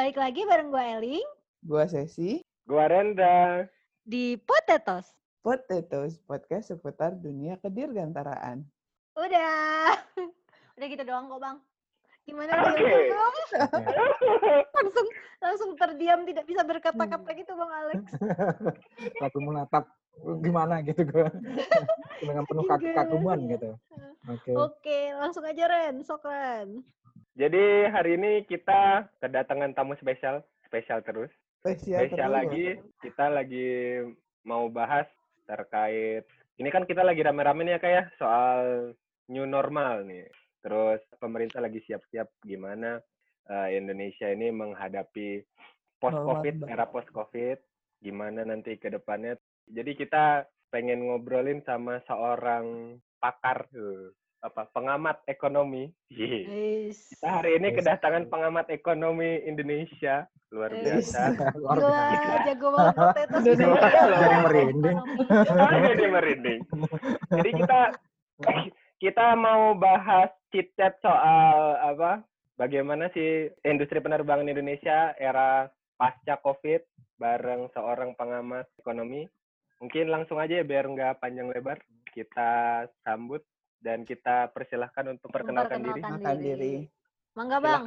Balik lagi bareng gue Eling Gua Sesi. Gua Rendra. di Potatoes. Potatoes, podcast seputar dunia kedirgantaraan. Udah gitu doang kok bang. Gimana Oke. belum? langsung terdiam, tidak bisa berkata-kata gitu bang Alex. Laku menatap gimana gitu gue dengan penuh kekaguman gitu. Oke, langsung aja Ren, sok Ren. Jadi hari ini kita kedatangan tamu spesial terus. Spesial lagi, kita lagi mau bahas terkait, ini kan kita lagi rame-rame nih ya kayak soal new normal nih. Terus pemerintah lagi siap-siap gimana Indonesia ini menghadapi post-COVID, era post-COVID, gimana nanti ke depannya. Jadi kita pengen ngobrolin sama seorang pakar pengamat ekonomi. Kita hari ini kedatangan pengamat ekonomi Indonesia, luar biasa. Gila, jago banget Potatoes. Jadi merinding. Jadi merinding. Jadi kita mau bahas chit-chat soal bagaimana sih industri penerbangan Indonesia era pasca COVID bareng seorang pengamat ekonomi. Mungkin langsung aja ya biar nggak panjang lebar, kita sambut dan kita persilahkan untuk perkenalkan diri. Mangga bang.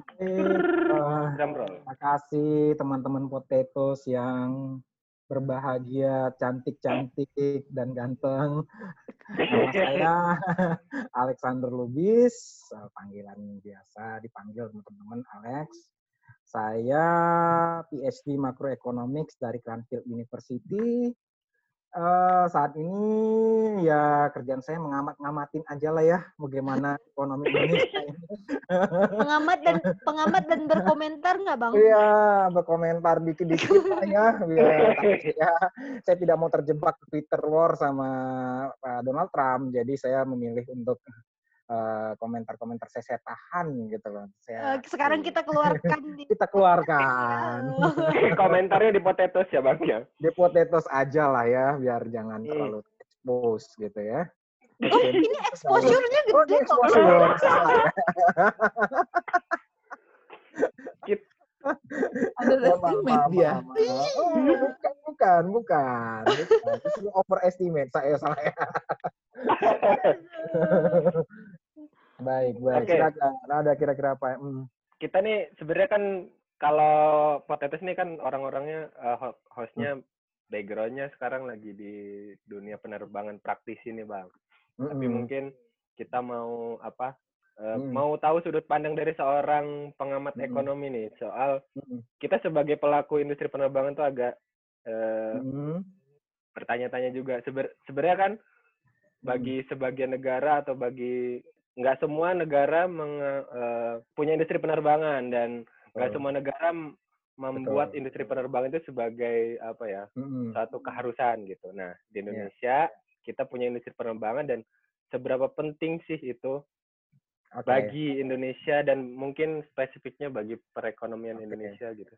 Terima kasih teman-teman Potatoes yang berbahagia, cantik-cantik dan ganteng. Nama saya Alexander Lubis, panggilan biasa dipanggil teman-teman Alex. Saya PhD Macroeconomics dari Cranfield University. Saat ini ya kerjaan saya ngamatin aja lah ya bagaimana ekonomi Indonesia ini. Pengamat dan berkomentar nggak bang? Iya, berkomentar dikit-dikit lah ya. Saya tidak mau terjebak Twitter war sama Donald Trump, jadi saya memilih untuk komentar-komentar saya tahan gitu loh. Sekarang kita keluarkan. Komentarnya di Potatoes ya bang ya. Di Potatoes aja lah ya, biar jangan terlalu expose gitu ya. Oh, ini exposure-nya gede kok. Ada estimate dia. Bukan. Itu overestimate saya. Baik. Okay. Ada kira-kira apa? Kita nih sebenarnya kan kalau Potatoes ini kan orang-orangnya hostnya background-nya sekarang lagi di dunia penerbangan praktisi nih bang. Tapi mungkin kita mau mau tahu sudut pandang dari seorang pengamat ekonomi nih soal kita sebagai pelaku industri penerbangan tuh agak bertanya-tanya juga. Sebenarnya kan bagi sebagian negara atau bagi nggak semua negara punya industri penerbangan dan nggak semua negara membuat industri penerbangan itu sebagai satu keharusan gitu. Nah di Indonesia kita punya industri penerbangan dan seberapa penting sih itu bagi Indonesia dan mungkin spesifiknya bagi perekonomian Indonesia gitu.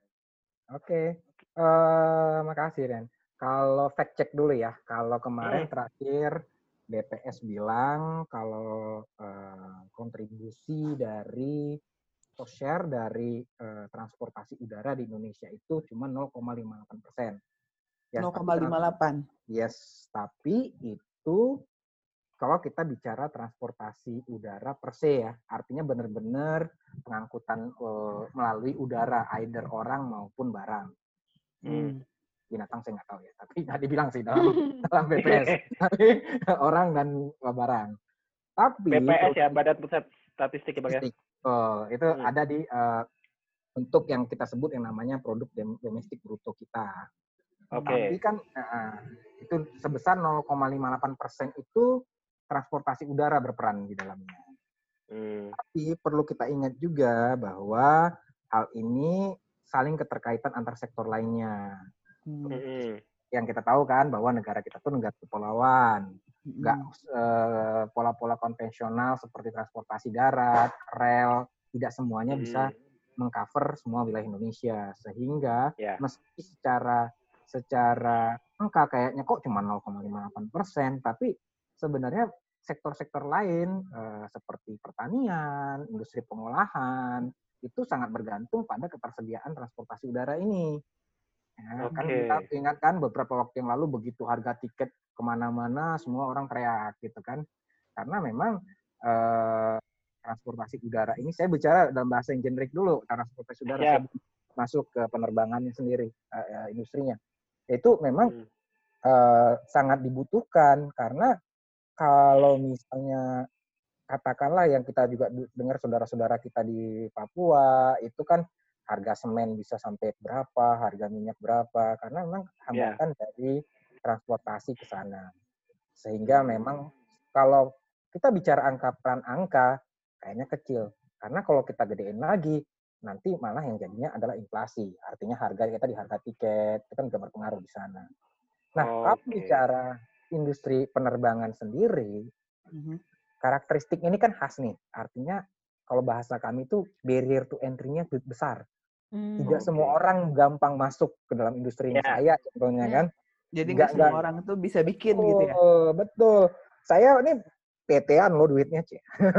Makasih Ren. Kalau fact check dulu ya. Kalau kemarin terakhir BPS bilang kalau kontribusi dari atau share dari transportasi udara di Indonesia itu cuma 0,58%. Ya, 0,58. Yes, tapi itu kalau kita bicara transportasi udara per se ya, artinya benar-benar pengangkutan melalui udara, either orang maupun barang. Binatang saya nggak tahu ya, tapi tadi bilang sih dalam BPS, orang dan barang. Tapi BPS ya, Badan Pusat Statistik ya Bang ya. Itu ada di untuk yang kita sebut yang namanya produk domestik bruto kita. Tapi kan itu sebesar 0,58% itu transportasi udara berperan di dalamnya. Tapi perlu kita ingat juga bahwa hal ini saling keterkaitan antar sektor lainnya. Yang kita tahu kan bahwa negara kita tuh negara kepulauan, nggak pola-pola konvensional seperti transportasi darat, rel, tidak semuanya bisa mengcover semua wilayah Indonesia, sehingga meski secara angka kayaknya kok cuma 0,58%, tapi sebenarnya sektor-sektor lain seperti pertanian, industri pengolahan itu sangat bergantung pada ketersediaan transportasi udara ini. Ya, kan kita ingat kan beberapa waktu yang lalu begitu harga tiket kemana-mana semua orang teriak gitu kan, karena memang transportasi udara ini, saya bicara dalam bahasa yang generik dulu, transportasi udara, saya masuk ke penerbangannya sendiri, industrinya, itu memang sangat dibutuhkan, karena kalau misalnya katakanlah yang kita juga dengar saudara-saudara kita di Papua itu kan harga semen bisa sampai berapa, harga minyak berapa, karena memang hambatan dari transportasi ke sana. Sehingga memang kalau kita bicara peran angka, kayaknya kecil. Karena kalau kita gedein lagi, nanti malah yang jadinya adalah inflasi. Artinya harga kita di harga tiket, itu kan juga berpengaruh di sana. Nah, kalau bicara industri penerbangan sendiri, karakteristik ini kan khas nih. Artinya kalau bahasa kami itu barrier to entry-nya besar. Tidak semua orang gampang masuk ke dalam industri saya contohnya kan. Jadi nggak semua orang itu bisa bikin gitu ya. Betul. Saya ini PT-an loh duitnya, Ci.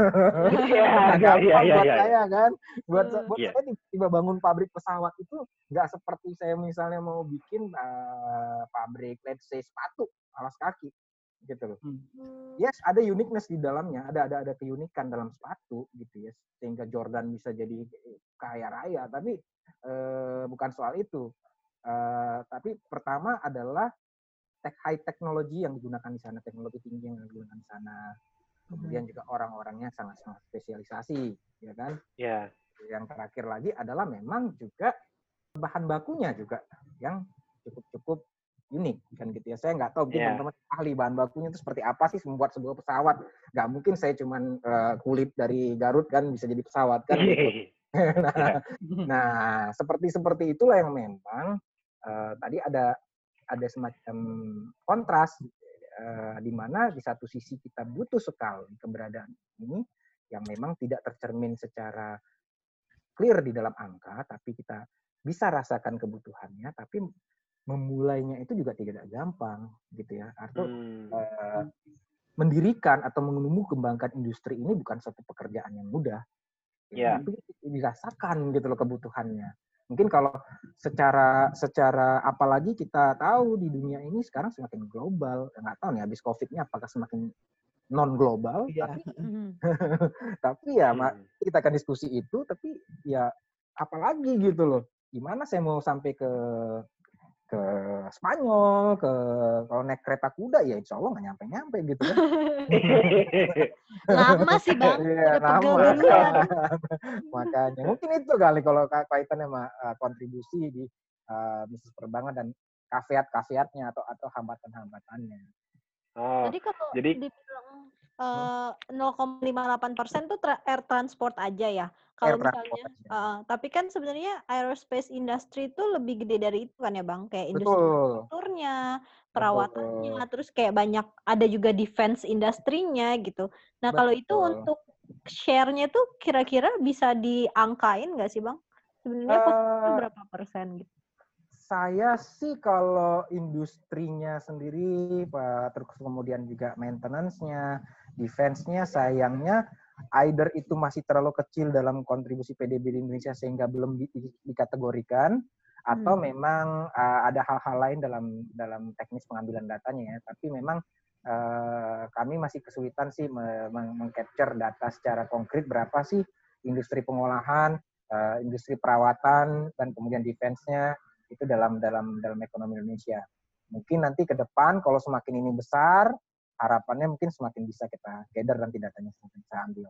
Gampang buat saya kan. Buat saya tiba-tiba bangun pabrik pesawat itu nggak seperti saya misalnya mau bikin pabrik let's say sepatu, alas kaki gitu loh. Yes, ada uniqueness di dalamnya, ada keunikan dalam sepatu gitu ya, sehingga Jordan bisa jadi kaya raya, tapi bukan soal itu. Tapi pertama adalah high technology yang digunakan di sana, teknologi tinggi yang digunakan di sana. Kemudian juga orang-orangnya sangat-sangat spesialisasi, ya kan? Iya. Yang terakhir lagi adalah memang juga bahan bakunya juga yang cukup unik kan gitu ya. Saya nggak tahu mungkin teman-teman ahli bahan bakunya itu seperti apa sih membuat sebuah pesawat. Nggak mungkin saya cuman kulit dari Garut kan bisa jadi pesawat kan gitu. Nah, seperti itulah yang memang tadi ada semacam kontras di mana di satu sisi kita butuh sekali keberadaan ini yang memang tidak tercermin secara clear di dalam angka, tapi kita bisa rasakan kebutuhannya, tapi memulainya itu juga tidak gampang gitu ya. Artinya mendirikan atau menumbuh kembangkan industri ini bukan suatu pekerjaan yang mudah. Tapi dirasakan gitu loh kebutuhannya. Mungkin kalau secara apalagi kita tahu di dunia ini sekarang semakin global, nggak tahu nih habis COVID-nya apakah semakin non global, tapi ya kita akan diskusi itu, tapi ya apalagi gitu loh, gimana saya mau sampai ke Spanyol, kalau naik kereta kuda ya insya Allah nggak nyampe gitu kan. Lama sih Bang, udah pegel duluan. Makanya mungkin itu kali kalau kaitannya sama kontribusi di bisnis penerbangan dan kaveat-kaveatnya atau hambatan-hambatannya. Jadi kalau dibilang 0,58% tuh air transport aja ya. Kalau misalnya, tapi kan sebenarnya aerospace industry itu lebih gede dari itu kan ya Bang? Kayak industri manufakturnya, perawatannya, terus kayak banyak ada juga defense industrinya gitu. Nah kalau itu untuk share-nya tuh kira-kira bisa diangkain nggak sih Bang? Sebenarnya posisinya berapa persen gitu? Saya sih kalau industrinya sendiri, terus kemudian juga maintenance-nya, defense-nya, sayangnya either itu masih terlalu kecil dalam kontribusi PDB di Indonesia sehingga belum dikategorikan, atau memang ada hal-hal lain dalam teknis pengambilan datanya ya. Tapi memang kami masih kesulitan sih meng-capture data secara konkret berapa sih industri pengolahan, industri perawatan, dan kemudian defense-nya itu dalam ekonomi Indonesia. Mungkin nanti ke depan kalau semakin ini besar, harapannya mungkin semakin bisa kita gather nanti datanya semakin bisa ambil.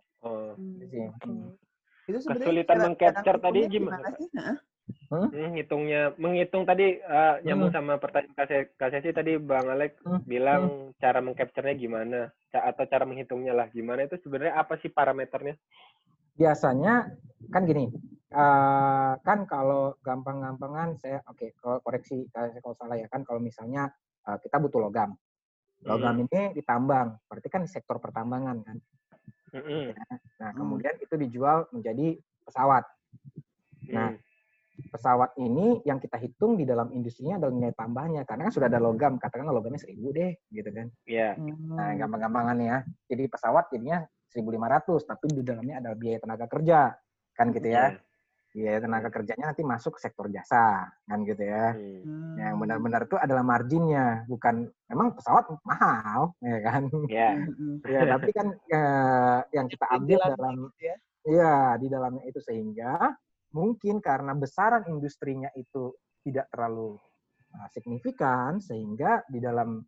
Itu kesulitan meng-capture tadi gimana sih? Menghitung tadi nyambung sama pertanyaan Kak Sesi tadi Bang Alek bilang cara meng-capture-nya gimana atau cara menghitungnya lah gimana, itu sebenarnya apa sih parameternya? Biasanya kan gini, kan kalau gampang-gampangan saya koreksi kalau salah ya, kan kalau misalnya kita butuh logam ini ditambang, berarti kan di sektor pertambangan kan. Nah kemudian itu dijual menjadi pesawat. Nah pesawat ini yang kita hitung di dalam industrinya adalah nilai tambahnya, karena kan sudah ada logam, katakanlah logamnya 1.000 deh gitu kan. Nah gampang-gampangan ya, jadi pesawat jadinya 1.500, tapi di dalamnya ada biaya tenaga kerja kan gitu ya. biaya tenaga kerjanya nanti masuk ke sektor jasa, kan gitu ya. Yang benar-benar itu adalah marginnya, bukan memang pesawat mahal, ya kan? Ya, tapi kan yang kita ambil dalam di dalamnya itu, sehingga mungkin karena besaran industrinya itu tidak terlalu signifikan, sehingga di dalam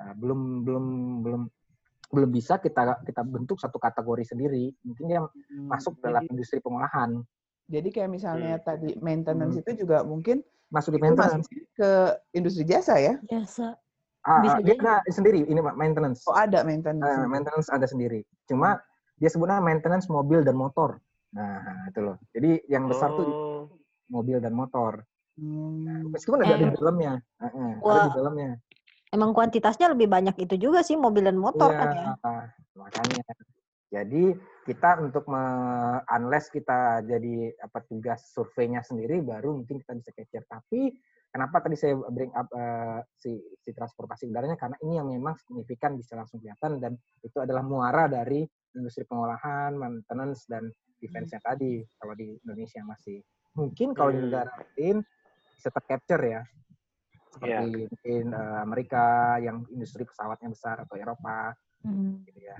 belum bisa kita bentuk satu kategori sendiri. Mungkin dia masuk dalam industri pengolahan. Jadi kayak misalnya tadi maintenance itu juga mungkin masuk di maintenance ke industri jasa ya? Jasa. Dia ada sendiri ini maintenance. Oh, ada maintenance. Maintenance ada sendiri. Cuma dia sebutnya maintenance mobil dan motor. Nah, itu loh. Jadi yang besar tuh mobil dan motor. Meskipun ada di dalamnya. Ada di dalamnya. Emang kuantitasnya lebih banyak itu juga sih, mobil dan motor kan ya? Makanya. Jadi kita untuk unless kita jadi tugas surveinya sendiri, baru mungkin kita bisa capture. Tapi kenapa tadi saya bring up si transportasi udaranya, karena ini yang memang signifikan, bisa langsung kelihatan, dan itu adalah muara dari industri pengolahan, maintenance, dan defense-nya tadi. Kalau di Indonesia masih. Mungkin kalau di negara lain bisa tercapture ya. Seperti mungkin Amerika yang industri pesawatnya besar, atau Eropa. Gitu ya.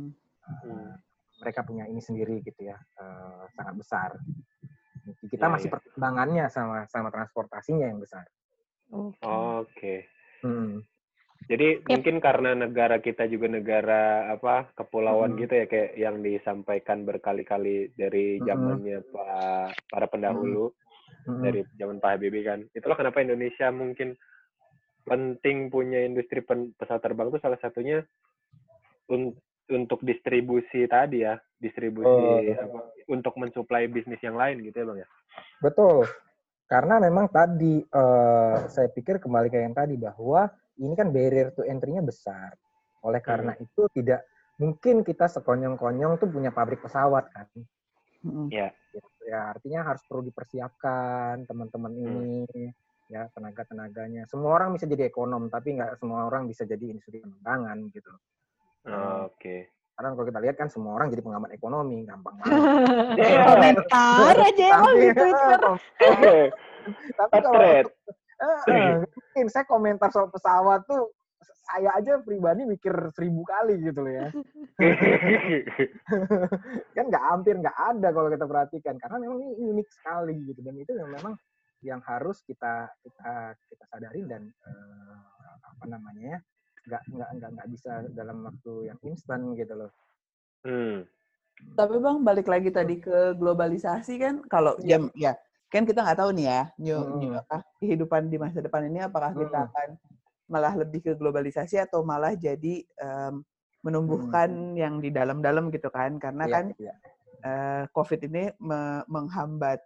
Mereka punya ini sendiri gitu ya, sangat besar. Kita masih pertimbangannya sama transportasinya yang besar. Oke. Jadi mungkin karena negara kita juga negara kepulauan gitu ya, kayak yang disampaikan berkali-kali dari zamannya para pendahulu, dari zaman Pak Habibie kan. Itulah kenapa Indonesia mungkin penting punya industri pesawat terbang, itu salah satunya untuk distribusi tadi ya, untuk mensuplai bisnis yang lain gitu ya Bang ya. Betul. Karena memang tadi saya pikir kembali ke yang tadi, bahwa ini kan barrier to entry-nya besar. Oleh karena itu tidak mungkin kita sekonyong-konyong tuh punya pabrik pesawat kan. Ya, artinya harus perlu dipersiapkan teman-teman ini, ya, tenaga-tenaganya. Semua orang bisa jadi ekonom, tapi nggak semua orang bisa jadi industri penerbangan gitu. Oke. Karena kalau kita lihat kan semua orang jadi pengamat ekonomi, gampang banget. Komentar aja di Twitter. Tapi kalau mungkin saya komentar soal pesawat tuh, saya aja pribadi mikir 1000 kali gitu loh ya. Kan nggak ada kalau kita perhatikan, karena memang ini unik sekali gitu, dan itu memang yang harus kita sadari, dan nggak bisa dalam waktu yang instan gitu loh. Tapi Bang, balik lagi tadi ke globalisasi kan, kalau kan kita nggak tahu nih ya, kehidupan di masa depan ini apakah kita akan malah lebih ke globalisasi atau malah jadi menumbuhkan yang di dalam-dalam gitu kan, karena kan COVID ini menghambat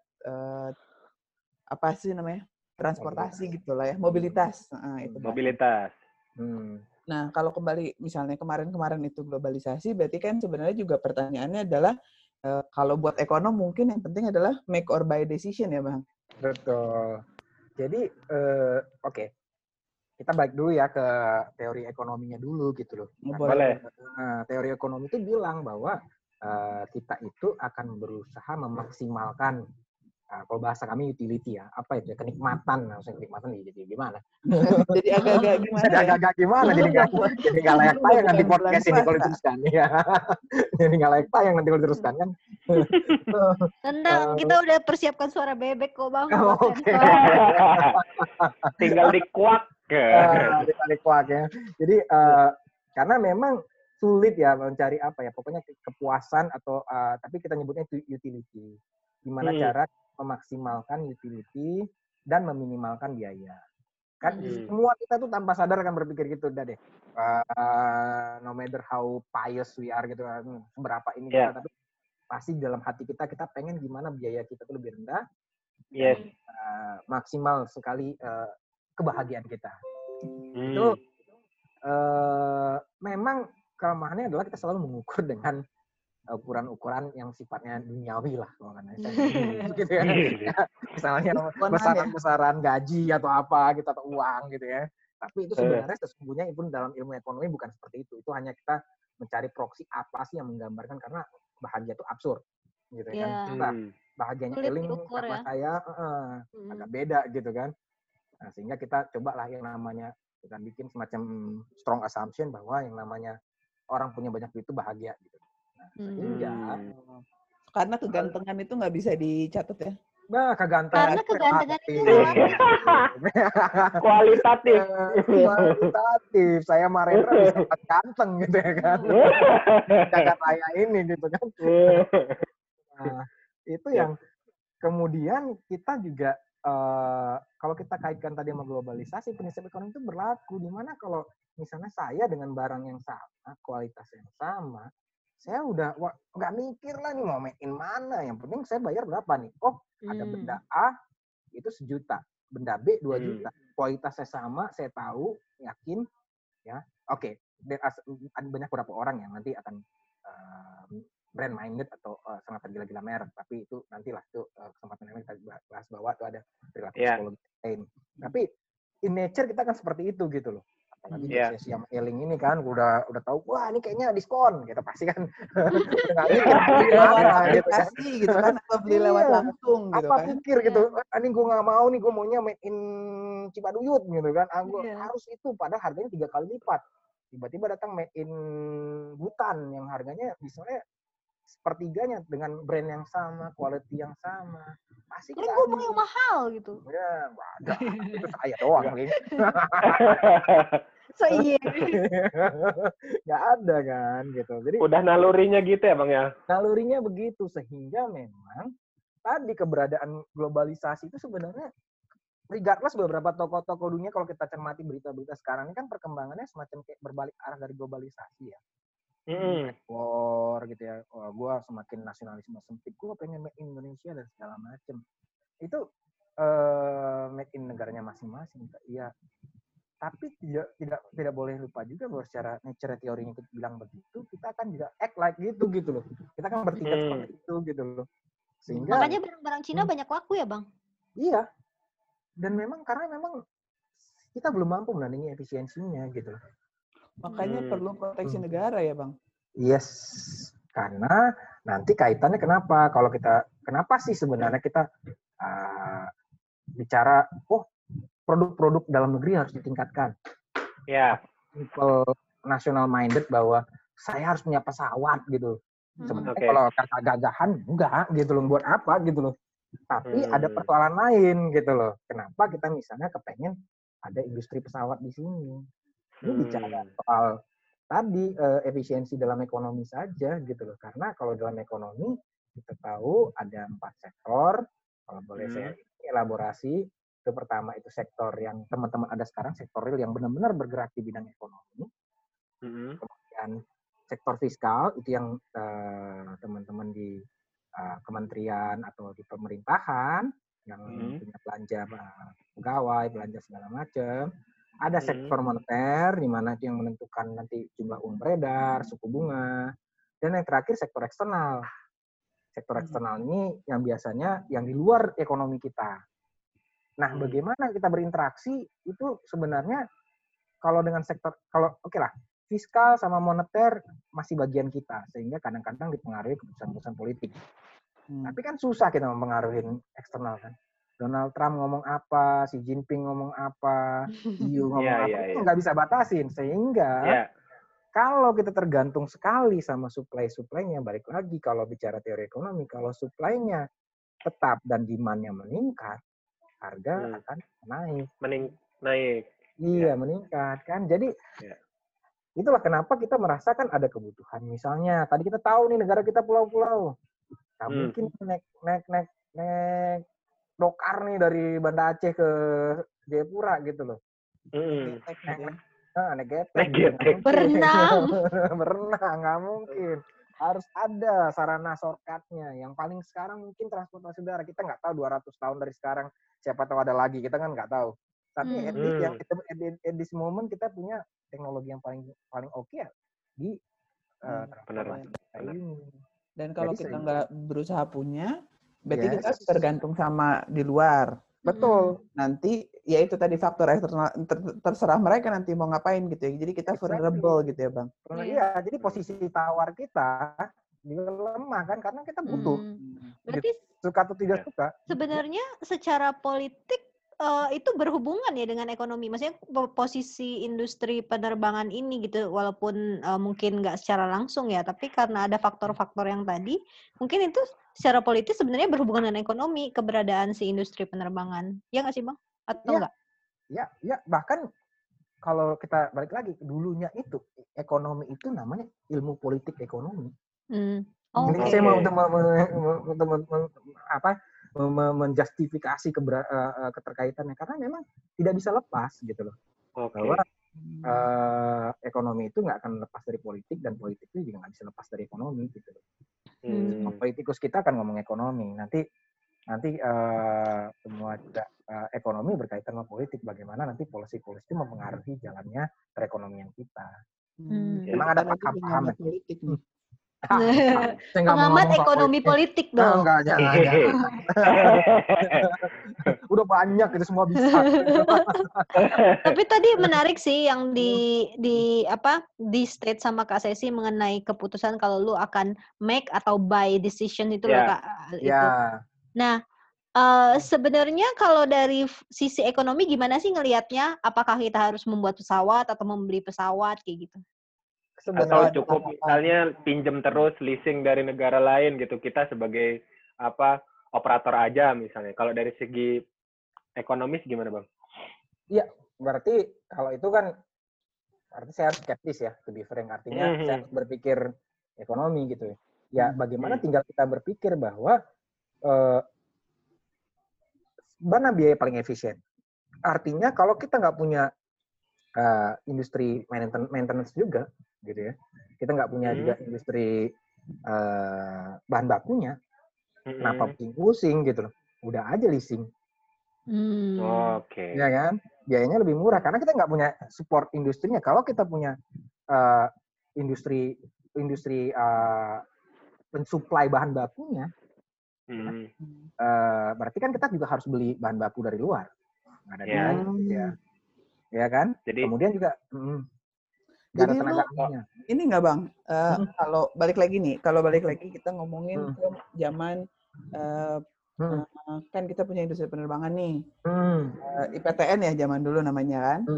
transportasi gitu lah ya, mobilitas. Mobilitas. Nah, kalau kembali misalnya kemarin itu globalisasi, berarti kan sebenarnya juga pertanyaannya adalah kalau buat ekonom mungkin yang penting adalah make or buy decision ya, Bang. Betul. Jadi oke. Kita balik dulu ya ke teori ekonominya dulu gitu loh. Boleh. Teori ekonomi itu bilang bahwa kita itu akan berusaha memaksimalkan, kalau bahasa kami utility ya, kenikmatan. Maksudnya kenikmatan jadi gimana? Jadi agak-agak gimana? Jadi nggak layak tayang nanti podcast ini kalau diteruskan ya. Jadi nggak layak tayang nanti kalau diteruskan kan. Tenang, kita udah persiapkan suara bebek kok Bang. Oke. Tinggal dikuak. Dikuak ya. Jadi karena memang sulit ya mencari pokoknya kepuasan atau tapi kita nyebutnya utility. Gimana cara memaksimalkan utility dan meminimalkan biaya. Kan semua kita tuh tanpa sadar akan berpikir gitu, udah deh. No matter how pious we are gitu, seberapa ini kita, tapi pasti dalam hati kita pengen gimana biaya kita tuh lebih rendah. Maksimal sekali kebahagiaan kita. Itu memang kelemahannya adalah kita selalu mengukur dengan ukuran-ukuran yang sifatnya duniawi lah, kalau gitu ya. Misalnya besaran gaji atau apa gitu, atau uang gitu ya. Tapi itu sebenarnya sesungguhnya pun dalam ilmu ekonomi bukan seperti itu. Itu hanya kita mencari proksi apa sih yang menggambarkan, karena bahagia itu absurd gitu ya kan. bahagianya Eling sama saya agak beda gitu kan. Nah, sehingga kita cobalah yang namanya kita bikin semacam strong assumption bahwa yang namanya orang punya banyak duit itu bahagia gitu. Nah, sehingga karena kegantengan itu nggak bisa dicatat ya. Nah, karena kegantengan itu kualitatif. Kualitatif. Saya Marendra bisa ganteng gitu ya kan. Jagat raya ini gitu kan. Nah, itu yang kemudian kita juga kalau kita kaitkan tadi sama globalisasi, prinsip ekonomi itu berlaku. Dimana kalau misalnya saya dengan barang yang sama, kualitas yang sama, saya udah nggak mikir lah nih mau make in mana. Yang penting saya bayar berapa nih? Oh, ada benda A itu 1 juta, benda B 2 juta. Kualitasnya sama, saya tahu, yakin, ya. Oke, ada banyak beberapa orang yang nanti akan brand minded atau sangat tergila-gila merek, tapi itu nantilah itu kesempatan yang kita bahas bahwa itu ada perilaku psikologi lain. Tapi in nature kita kan seperti itu gitu loh. Apalagi sesi sama Eling ini kan udah tahu wah ini kayaknya diskon gitu pasti kan nggak mikir lewat aplikasi gitu kan atau beli lewat langsung gitu apa kan. Pikir gitu ini gue nggak mau nih, gue maunya made in Cipaduyut gitu kan, harus itu padahal harganya 3 kali lipat. Tiba-tiba datang made in Butan yang harganya misalnya sepertiganya dengan brand yang sama, quality yang sama. Pasti kita gue mau yang mahal gitu. Ya, nggak ada. Itu saya doang. Iya. Nggak ada kan, gitu. Jadi udah nalurinya gitu ya Bang ya? Nalurinya begitu, sehingga memang tadi keberadaan globalisasi itu sebenarnya regardless beberapa tokoh-tokoh dunia kalau kita cermati berita-berita sekarang ini kan perkembangannya semacam kayak berbalik arah dari globalisasi ya. War gitu ya, gue semakin nasionalisme sempit, gue pengen make in Indonesia dan segala macem. Itu make in negaranya masing-masing, iya. Tapi tidak boleh lupa juga bahwa secara nature teorinya kita bilang begitu, kita akan juga act like gitu loh. Kita kan bertindak seperti itu gitu loh. Sehingga makanya barang-barang Cina banyak laku ya Bang? Iya. Dan karena memang kita belum mampu menandingi efisiensinya gitu loh. Makanya perlu proteksi negara ya Bang? Yes, karena nanti kaitannya kenapa sih sebenarnya kita bicara produk-produk dalam negeri harus ditingkatkan. Ya. People national minded bahwa saya harus punya pesawat gitu. Sebenarnya kalau kata gagahan enggak gitu loh, buat apa gitu loh. Tapi ada persoalan lain gitu loh. Kenapa kita misalnya kepengen ada industri pesawat di sini? Ini bicara soal tadi efisiensi dalam ekonomi saja gitu loh. Karena kalau dalam ekonomi kita tahu ada 4 sektor. Kalau boleh saya elaborasi, itu pertama itu sektor yang teman-teman ada sekarang, sektor real yang benar-benar bergerak di bidang ekonomi. Kemudian sektor fiskal itu yang teman-teman di kementerian atau di pemerintahan yang punya belanja pegawai, belanja segala macam. Ada sektor moneter, di mana itu yang menentukan nanti jumlah uang beredar, suku bunga. Dan yang terakhir sektor eksternal. Sektor eksternal ini yang biasanya yang di luar ekonomi kita. Nah, bagaimana kita berinteraksi itu sebenarnya kalau dengan sektor, fiskal sama moneter masih bagian kita. Sehingga kadang-kadang dipengaruhi keputusan-keputusan politik. Tapi kan susah kita mempengaruhi eksternal kan. Donald Trump ngomong apa, Xi Jinping ngomong apa, EU ngomong apa, itu nggak bisa batasin. Sehingga kalau kita tergantung sekali sama supply-nya, balik lagi kalau bicara teori ekonomi, kalau supply-nya tetap dan demand-nya meningkat, harga akan naik. Naik. Iya, meningkat kan. Jadi itulah kenapa kita merasakan ada kebutuhan. Misalnya, tadi kita tahu nih negara kita pulau-pulau. Nah, mungkin naik dokar nih dari Banda Aceh ke Jayapura gitu loh. Naik getek. Berenang. Nggak mungkin. Harus ada sarana shortcut-nya. Yang paling sekarang mungkin transportasi udara. Kita nggak tahu 200 tahun dari sekarang. Siapa tahu ada lagi. Kita kan nggak tahu. Tapi at this moment kita punya teknologi yang paling oke ya di transportasi ini. Dan kalau kita nggak berusaha punya, berarti kita tergantung sama di luar. Betul. Nanti ya itu tadi faktor eksternal terserah mereka nanti mau ngapain gitu ya. Jadi kita vulnerable gitu ya Bang. Iya, jadi posisi tawar kita juga lemah kan karena kita butuh. Berarti suka atau tidak suka. Sebenarnya secara politik itu berhubungan ya dengan ekonomi. Maksudnya posisi industri penerbangan ini gitu, walaupun mungkin nggak secara langsung ya, tapi karena ada faktor-faktor yang tadi, mungkin itu secara politis sebenarnya berhubungan dengan ekonomi, keberadaan si industri penerbangan. Ya nggak sih, Bang? Atau enggak? Ya. Bahkan kalau kita balik lagi, dulunya itu, ekonomi itu namanya ilmu politik ekonomi. Ini saya mau menjustifikasi keterkaitannya, karena memang tidak bisa lepas gitu loh. Bahwa ekonomi itu nggak akan lepas dari politik, dan politik itu juga nggak bisa lepas dari ekonomi gitu loh. Politikus kita akan ngomong ekonomi, nanti semua juga ekonomi berkaitan sama politik, bagaimana nanti polisi-polisi itu mempengaruhi jalannya perekonomian kita. Memang ada paham politik nih. Pengamat ekonomi politik dong. Enggak, jangan. Udah banyak itu semua bisa. Tapi tadi menarik sih yang di state sama Kak Sesi mengenai keputusan kalau lu akan make atau buy decision itu loh Kak. Itu. Nah, sebenarnya kalau dari sisi ekonomi gimana sih ngelihatnya? Apakah kita harus membuat pesawat atau membeli pesawat kayak gitu? Atau cukup misalnya pinjam terus leasing dari negara lain gitu, kita sebagai operator aja misalnya. Kalau dari segi ekonomis gimana Bang? Iya, berarti kalau itu kan artinya saya harus skeptis ya, to be frank. Artinya saya harus berpikir ekonomi gitu ya. Ya bagaimana tinggal kita berpikir bahwa mana biaya paling efisien. Artinya kalau kita nggak punya industri maintenance juga, gitu ya. Kita nggak punya juga industri bahan bakunya. Kenapa pusing gitu loh? Udah aja leasing. Ya kan? Biayanya lebih murah karena kita nggak punya support industrinya. Kalau kita punya industri pensuplai bahan bakunya, berarti kan kita juga harus beli bahan baku dari luar. Ada ya kan? Jadi, kemudian juga jadi ini nggak Bang? Kalau balik lagi kita ngomongin ke zaman kan kita punya industri penerbangan nih, IPTN ya zaman dulu namanya kan.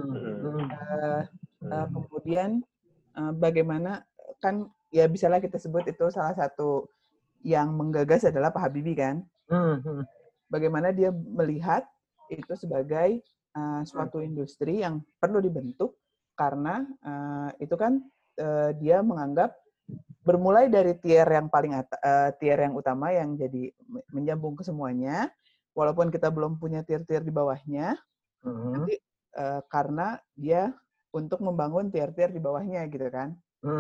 Kemudian bagaimana kan ya bisalah kita sebut itu salah satu yang menggagas adalah Pak Habibie kan. Bagaimana dia melihat itu sebagai suatu industri yang perlu dibentuk karena itu kan dia menganggap bermulai dari tier yang paling tier yang utama yang jadi menyambung ke semuanya, walaupun kita belum punya tier-tier di bawahnya, nanti karena dia untuk membangun tier-tier di bawahnya gitu kan.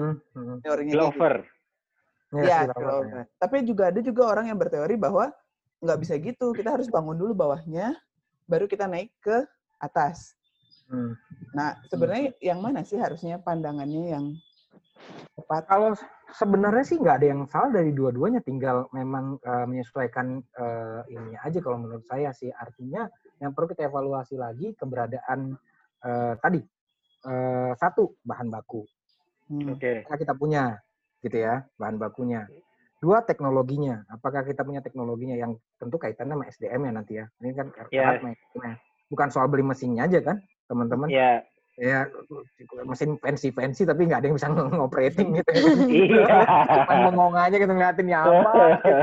Clover. Ya, clover. Tapi ada juga orang yang berteori bahwa nggak bisa gitu, kita harus bangun dulu bawahnya, baru kita naik ke atas. Nah, sebenarnya yang mana sih harusnya pandangannya yang tepat? Kalau sebenarnya sih nggak ada yang salah dari dua-duanya, tinggal memang menyesuaikan ini aja kalau menurut saya sih. Artinya yang perlu kita evaluasi lagi keberadaan tadi satu bahan baku, apakah kita punya gitu ya bahan bakunya. Dua, teknologinya, apakah kita punya teknologinya yang tentu kaitannya sama SDM ya nanti ya. Ini kan bukan soal beli mesinnya aja kan teman-teman. Ya mesin fancy tapi nggak ada yang bisa ngoperating gitu. Cuma bengong aja gitu ngeliatin ya apa.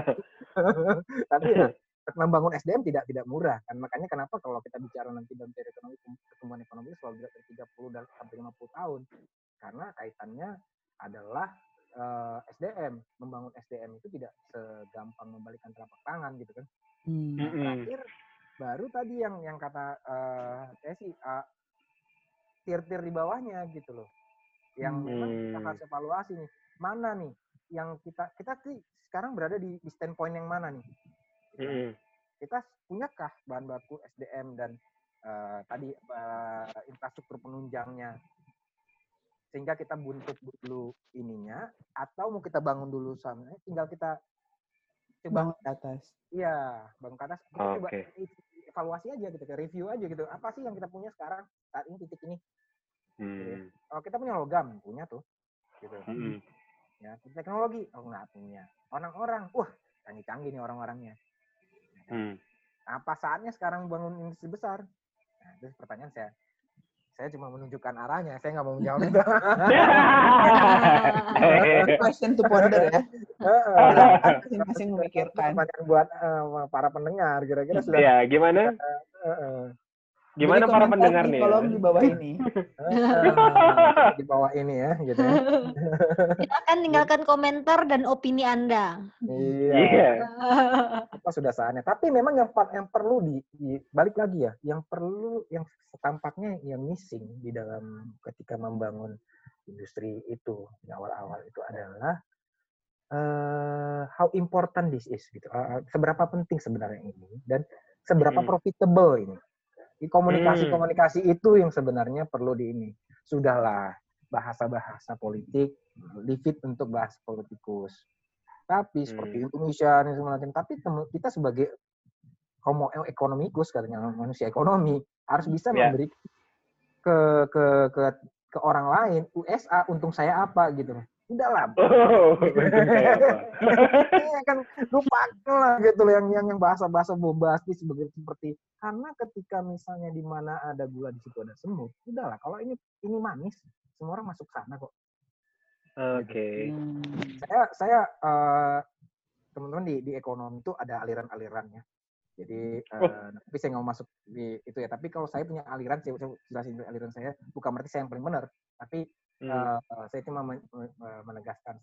Tapi ya, membangun SDM tidak murah kan. Makanya kenapa kalau kita bicara nanti dalam teori ekonomi, pertumbuhan ekonomi selalu dari 30 sampai 50 tahun. Karena kaitannya adalah SDM. Membangun SDM itu tidak segampang membalikan telapak tangan gitu kan. Nah, terakhir baru tadi yang kata saya sih tier-tier di bawahnya gitu loh. Yang memang kita harus evaluasi nih. Mana nih yang kita sih sekarang berada di standpoint yang mana nih? Kita punyakah bahan baku SDM dan tadi infrastruktur penunjangnya sehingga kita bentuk dulu ininya, atau mau kita bangun dulu sana, tinggal kita coba bangun ke atas. Iya, bangun ke atas. Kita coba evaluasi aja gitu, review aja gitu. Apa sih yang kita punya sekarang saat ini titik ini? Gitu. Kalau kita punya logam, punya tuh. Gitu. Ya, teknologi, nggak punya. Orang-orang, canggih-canggih nih orang-orangnya. Apa saatnya sekarang bangun industri besar? Nah, itu pertanyaan saya. Saya cuma menunjukkan arahnya, saya nggak mau menjawab itu. Question to ponder ya. Masing-masing memikirkan. Pertanyaan buat para pendengar, kira-kira sudah. Iya, gimana? Gimana para pendengar nih? Kolom di bawah ini. Di bawah ini ya, gitu ya. Silakan tinggalkan komentar dan opini Anda. Iya. Apa sudah saatnya? Tapi memang yang perlu balik lagi ya, yang tampaknya yang missing di dalam ketika membangun industri itu di awal-awal itu adalah how important this is gitu. Seberapa penting sebenarnya ini dan seberapa profitable ini. Komunikasi itu yang sebenarnya perlu sudahlah bahasa-bahasa politik, leave it untuk bahas politikus. Tapi seperti Indonesia dan semacam. Tapi kita sebagai homo economicus, katanya manusia ekonomi, harus bisa memberi ke orang lain, USA untung saya apa gitu. Udahlah. Iya kan, lupakanlah gitu loh yang bahasa-bahasa bombastis seperti karena ketika misalnya di mana ada gula di situ ada semut, udahlah kalau ini manis, semua orang masuk sana kok. Oke. Saya teman-teman di ekonomi itu ada aliran-alirannya. Jadi tapi saya nggak mau masuk di itu ya. Tapi kalau saya punya aliran, saya jelasin aliran saya, bukan berarti saya yang paling benar, tapi saya cuma menegaskan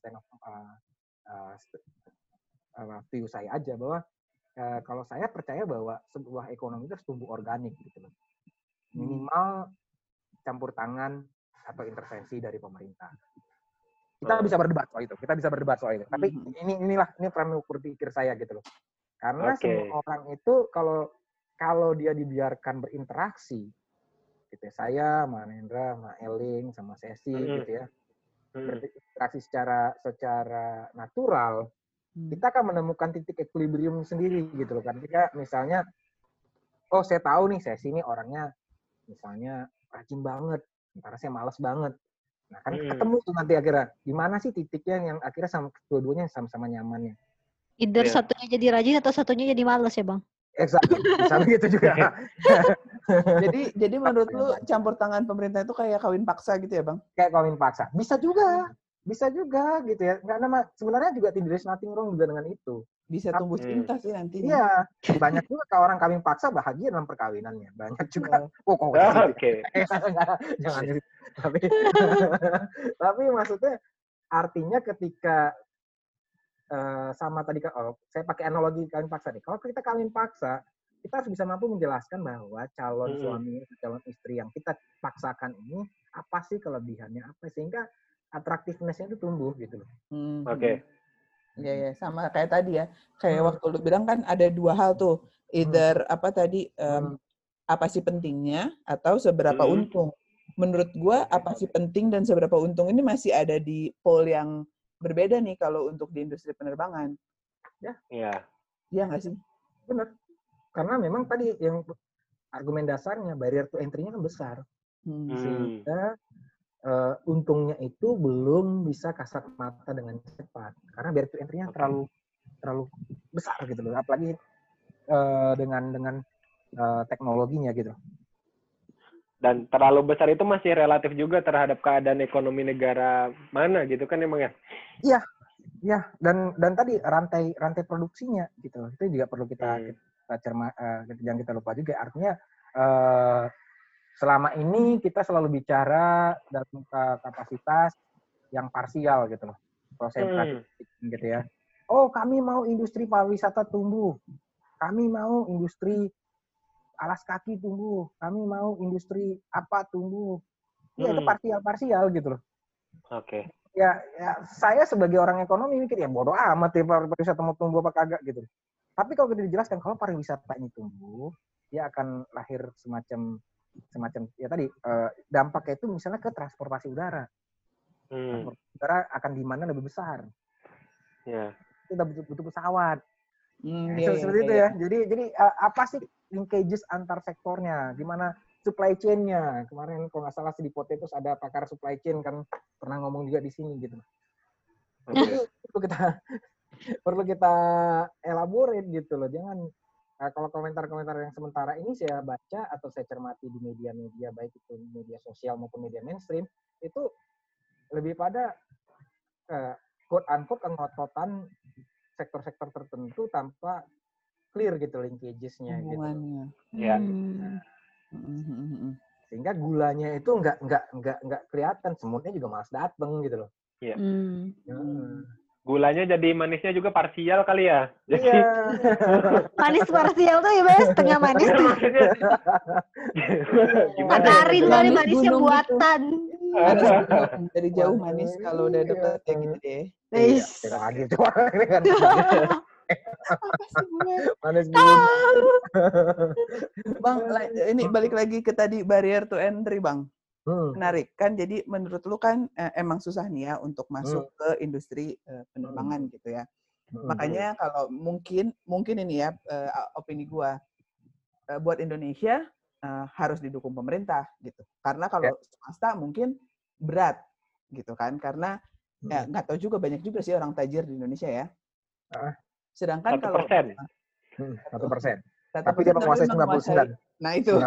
view saya aja bahwa kalau saya percaya bahwa sebuah ekonomi itu harus tumbuh organik gitu loh. Minimal campur tangan atau intervensi dari pemerintah. Kita bisa berdebat soal itu. Tapi ini frame ukur pikir saya gitu loh. Karena semua orang itu kalau dia dibiarkan berinteraksi gitu ya, saya, Mbak Nendra, Mbak Eling, sama Sesi gitu ya, berinteraksi secara natural, kita akan menemukan titik equilibrium sendiri gitu loh kan. Ketika misalnya, saya tahu nih Sesi ini orangnya misalnya rajin banget, karena saya malas banget. Nah kan ketemu tuh nanti akhirnya, gimana sih titiknya yang akhirnya dua-duanya sama-sama nyamannya. Either satunya jadi rajin atau satunya jadi malas ya Bang? Exactly, bisa begitu juga. jadi menurut lu campur tangan pemerintah itu kayak kawin paksa gitu ya Bang? Kayak kawin paksa. Bisa juga gitu ya. Sebenarnya juga tidak ada nothing wrong juga dengan itu. Bisa tumbuh cinta sih nanti. Iya, banyak juga kalau orang kawin paksa bahagia dalam perkawinannya. Banyak juga. Jangan. Tapi maksudnya artinya ketika sama tadi saya pakai analogi kawin paksa nih. Kalau kita kawin paksa, kita harus bisa mampu menjelaskan bahwa calon suami, calon istri yang kita paksakan ini apa sih kelebihannya apa sehingga atraktiveness-nya itu tumbuh gitu loh. Oke. Ya sama kayak tadi ya. Kayak waktu lu bilang kan ada dua hal tuh. Either apa sih pentingnya atau seberapa untung. Menurut gua apa sih penting dan seberapa untung ini masih ada di pole yang berbeda nih kalau untuk di industri penerbangan. Iya. Iya nggak sih? Benar. Karena memang tadi yang argumen dasarnya barrier to entry-nya kan besar. Sehingga untungnya itu belum bisa kasat mata dengan cepat. Karena barrier to entry-nya terlalu besar gitu loh. Apalagi dengan teknologinya gitu. Dan terlalu besar itu masih relatif juga terhadap keadaan ekonomi negara mana gitu kan emang ya? Iya. Dan tadi rantai produksinya gitu. Itu juga perlu kita jangan kita lupa juga. Artinya selama ini kita selalu bicara dalam kapasitas yang parsial gitu loh. Konsentrasi gitu ya. Kami mau industri pariwisata tumbuh. Kami mau industri alas kaki tumbuh, kami mau industri apa tumbuh. Ya itu parsial gitu loh. Oke. Ya saya sebagai orang ekonomi mikir ya bodoh amat ya pariwisata mau tumbuh apa kagak gitu. Tapi kalau kita dijelaskan kalau pariwisata ini tumbuh, dia akan lahir semacam ya tadi dampaknya itu misalnya ke transportasi udara. Transportasi udara akan dimana lebih besar. Ya. Kita butuh pesawat. Seperti itu ya. Jadi apa sih linkages antar sektornya? Gimana supply chain-nya? Kemarin kalau nggak salah di Potatoes ada pakar supply chain kan pernah ngomong juga di sini gitu. Jadi perlu kita elaborate gitu loh. kalau komentar-komentar yang sementara ini saya baca atau saya cermati di media-media, baik itu media sosial maupun media mainstream, itu lebih pada quote-unquote ngototan sektor-sektor tertentu tanpa clear gitu linkages-nya gitu. Ya. Sehingga gulanya itu nggak kelihatan, semutnya juga malas dateng gitu loh. Iya. Gulanya jadi manisnya juga parsial kali ya. Jadi manis parsial tuh ya Bes, setengah manis tuh. Matarin kali manisnya buatan. Gitu. Dari jauh manis, kalau udah deket ya gitu deh. Tidak lagi coba ini kan. Manis Bang, ini balik lagi ke tadi barrier to entry, Bang. Menarik kan, jadi menurut lu kan emang susah nih ya untuk masuk ke industri penerbangan gitu ya. Makanya kalau mungkin ini ya opini gua, buat Indonesia harus didukung pemerintah gitu. Karena kalau swasta mungkin berat gitu kan, karena ya nggak tahu juga, banyak juga sih orang tajir di Indonesia ya. Sedangkan 1%. kalau 1%. Tapi dia menguasai 99%. Nah itu.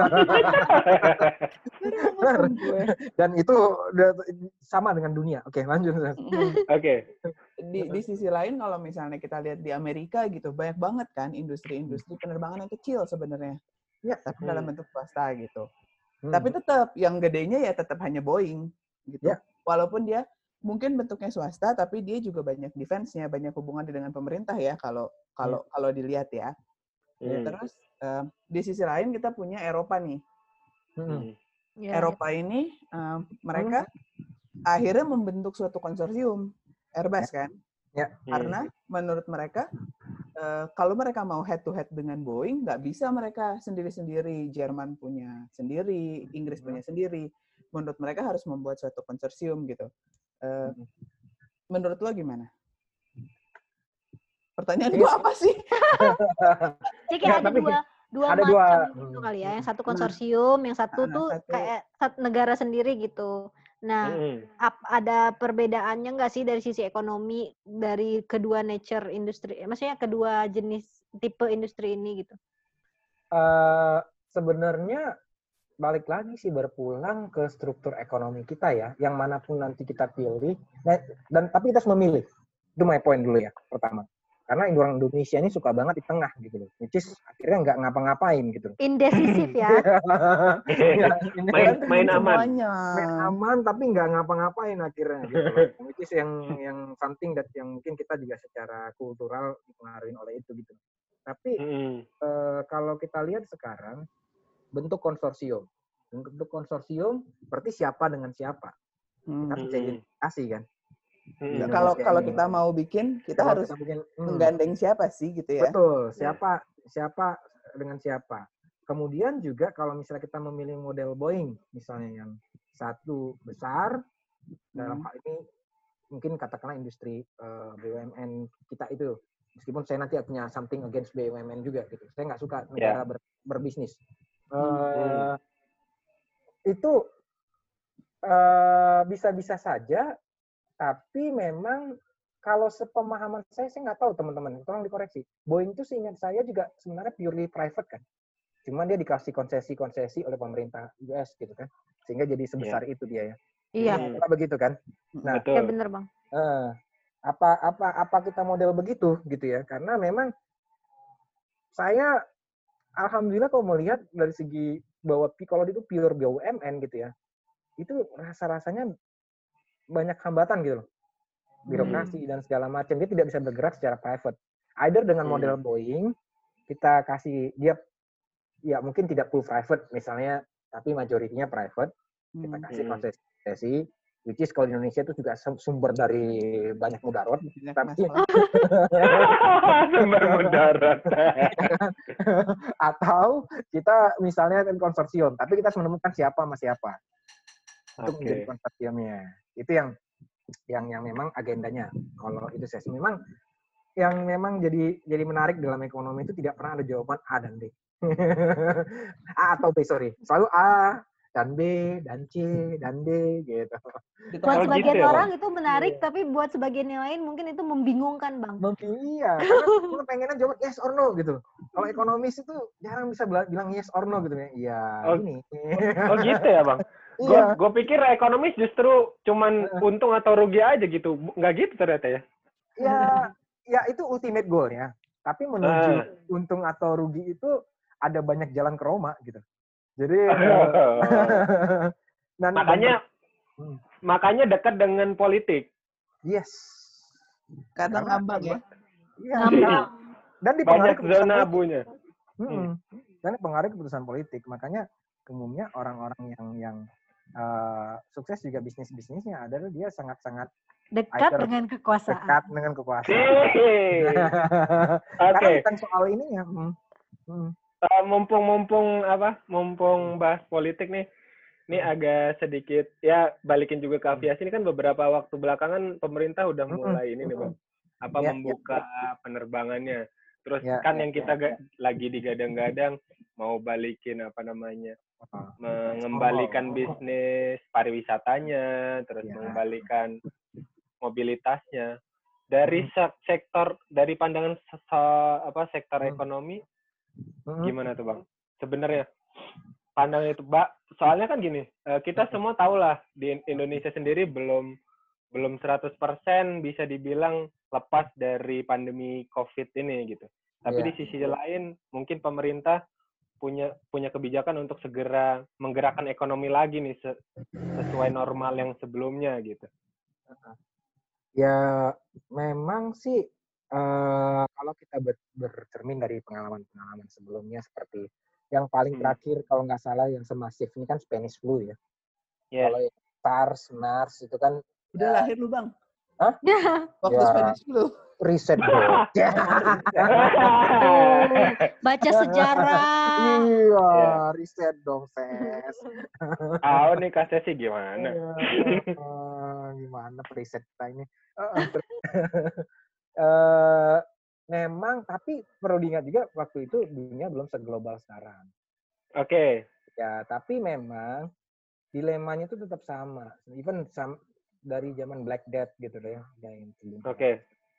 Dan itu sama dengan dunia. Oke, lanjut. Oke. Di sisi lain kalau misalnya kita lihat di Amerika gitu, banyak banget kan industri-industri penerbangan yang kecil sebenarnya. Ya, tapi dalam bentuk swasta gitu. Tapi tetap yang gedenya ya tetap hanya Boeing gitu. Walaupun dia mungkin bentuknya swasta, tapi dia juga banyak defense-nya, banyak hubungan dengan pemerintah ya kalau dilihat ya. Terus di sisi lain kita punya Eropa nih. Eropa ini mereka akhirnya membentuk suatu konsorsium Airbus kan? Karena menurut mereka kalau mereka mau head to head dengan Boeing, nggak bisa mereka sendiri-sendiri. Jerman punya sendiri, Inggris punya sendiri. Menurut mereka harus membuat suatu konsorsium gitu. Menurut lo gimana? Pertanyaan gue apa sih? Jadi ada dua macam gitu kali ya. Yang satu konsorsium, yang satu tuh kayak negara sendiri gitu. Nah, ada perbedaannya nggak sih dari sisi ekonomi dari kedua nature industri? Maksudnya kedua jenis tipe industri ini gitu? Sebenarnya balik lagi sih, berpulang ke struktur ekonomi kita ya, yang manapun nanti kita pilih. Dan tapi kita harus memilih. Itu my point dulu ya, pertama. Karena orang Indonesia ini suka banget di tengah gitu loh. Which is akhirnya nggak ngapa-ngapain gitu. Indecisif ya. main aman. Main aman tapi nggak ngapa-ngapain akhirnya gitu loh. Which is yang something that yang mungkin kita juga secara kultural dipengaruhi oleh itu gitu. Tapi kalau kita lihat sekarang bentuk konsorsium. Bentuk konsorsium berarti siapa dengan siapa. Kita bisa identifikasi kan. Kalau kita mau bikin, kita harus menggandeng siapa sih gitu ya? Betul, siapa dengan siapa. Kemudian juga kalau misalnya kita memilih model Boeing, misalnya yang satu besar, dalam hal ini mungkin katakanlah industri BUMN kita itu, meskipun saya nanti punya something against BUMN juga gitu, saya nggak suka negara berbisnis. Itu bisa-bisa saja. Tapi memang kalau sepemahaman saya nggak tahu teman-teman, tolong dikoreksi. Boeing itu seingat saya juga sebenarnya purely private kan. Cuma dia dikasih konsesi-konsesi oleh pemerintah US gitu kan. Sehingga jadi sebesar itu dia ya. Iya. Begitu kan? Nah, ya benar Bang. Apa kita model begitu gitu ya? Karena memang saya alhamdulillah kalau melihat dari segi bahwa kalau itu pure BUMN gitu ya. Itu rasa-rasanya banyak hambatan gitu loh. Birokrasi dan segala macam. Dia tidak bisa bergerak secara private. Either dengan model Boeing, kita kasih dia, ya mungkin tidak full private misalnya, tapi majoritinya private. Kita kasih konsesi, which is kalau di Indonesia itu juga sumber dari banyak mudarat. Tapi sumber mudarat. Atau kita misalnya konsorsium, tapi kita harus menemukan siapa sama siapa untuk menjadi konsorsiumnya. Itu yang memang agendanya. Kalau itu saya memang yang memang jadi menarik dalam ekonomi itu tidak pernah ada jawaban A dan B. A atau B, sorry. Selalu A, dan B, dan C, dan D gitu. Buat sebagian orang itu menarik, tapi buat sebagian yang lain mungkin itu membingungkan, Bang. Iya, karena pengennya jawab yes or no gitu. Kalau ekonomis itu jarang bisa bilang yes or no gitu ya. Iya, gini. Oh gitu ya, Bang? Gue pikir ekonomis justru cuman untung atau rugi aja gitu. Nggak gitu ternyata ya? Ya itu ultimate goal ya. Tapi menuju untung atau rugi itu ada banyak jalan ke Roma gitu. Jadi makanya dekat dengan politik. Yes. Karena ngambang ya. Iya. Dan dipengaruhi banyak zona abunya. Dan dipengaruhi keputusan politik. Makanya umumnya orang-orang yang sukses juga bisnisnya adalah dia sangat-sangat dekat dengan kekuasaan. Dekat dengan kekuasaan. Karena bukan soal ini ya. Mumpung bahas politik nih. Ini agak sedikit ya balikin juga ke aviasi. Ini kan beberapa waktu belakangan pemerintah udah mulai ini nih, Bang. Membuka penerbangannya. Terus kan yang kita lagi digadang-gadang mau balikin mengembalikan bisnis pariwisatanya, terus mengembalikan mobilitasnya. Dari sektor, dari pandangan sektor ekonomi, gimana tuh, Bang? Sebenarnya pandangan itu, soalnya kan gini, kita semua tahu lah di Indonesia sendiri belum 100% bisa dibilang lepas dari pandemi COVID ini gitu. Tapi di sisi lain mungkin pemerintah punya kebijakan untuk segera menggerakkan ekonomi lagi nih sesuai normal yang sebelumnya gitu. Ya memang sih kalau kita bercermin dari pengalaman sebelumnya seperti yang paling terakhir kalau nggak salah yang semasif ini kan Spanish flu ya. Yes. Kalau SARS, MERS itu kan udah lahir lu, Bang? Hah? Waktu Spanish flu. Riset dong. Baca sejarah. Iya, riset dong, Ses. Tahu nih Kak Sesi gimana? Gimana riset kita ini? Memang, tapi perlu diingat juga waktu itu dunia belum seglobal sekarang. Oke. Ya, tapi memang dilemanya itu tetap sama. Even dari zaman Black Death gitu deh. Oke.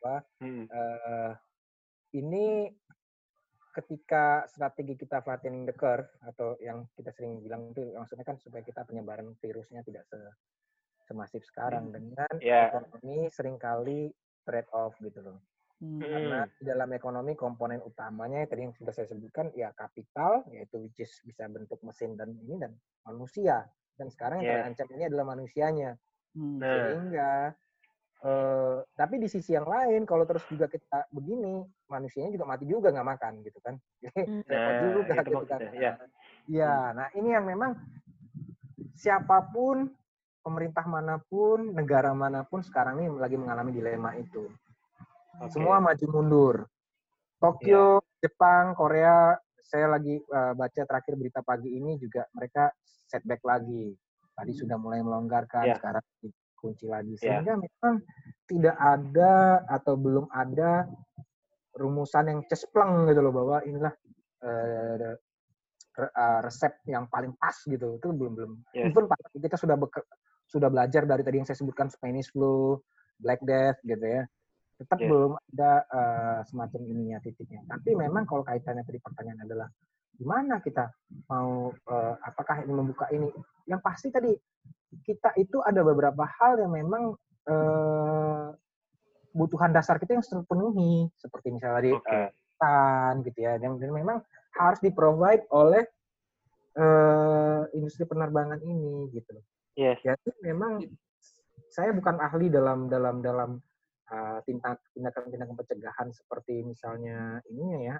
Ini ketika strategi kita flattening the curve atau yang kita sering bilang itu maksudnya kan supaya kita penyebaran virusnya tidak semasif sekarang dengan ekonomi seringkali trade off gitu loh. Karena di dalam ekonomi komponen utamanya tadi yang sudah saya sebutkan ya kapital yaitu which is bisa bentuk mesin dan manusia dan sekarang yang terancam ini adalah manusianya. Sehingga tapi di sisi yang lain kalau terus juga kita begini manusianya juga mati juga nggak makan gitu kan. Repot juga gitu kan. Ya, nah ini yang memang siapapun pemerintah manapun, negara manapun sekarang ini lagi mengalami dilema itu. Semua maju mundur. Tokyo, Jepang, Korea, saya lagi baca terakhir berita pagi ini juga mereka setback lagi. Tadi sudah mulai melonggarkan, sekarang kunci lagi. Sehingga memang tidak ada atau belum ada rumusan yang cespleng gitu loh bahwa inilah resep yang paling pas gitu. Itu belum. Even kita sudah belajar dari tadi yang saya sebutkan Spanish flu, Black Death gitu ya. Tetap belum ada semacam ininya titiknya. Tapi memang kalau kaitannya tadi pertanyaan adalah gimana kita mau apakah ini membuka ini? Yang pasti tadi kita itu ada beberapa hal yang memang kebutuhan dasar kita yang terpenuhi seperti misalnya gitu ya, dan memang harus di-provide oleh industri penerbangan ini gitu. Jadi memang saya bukan ahli dalam tindakan pencegahan seperti misalnya ininya ya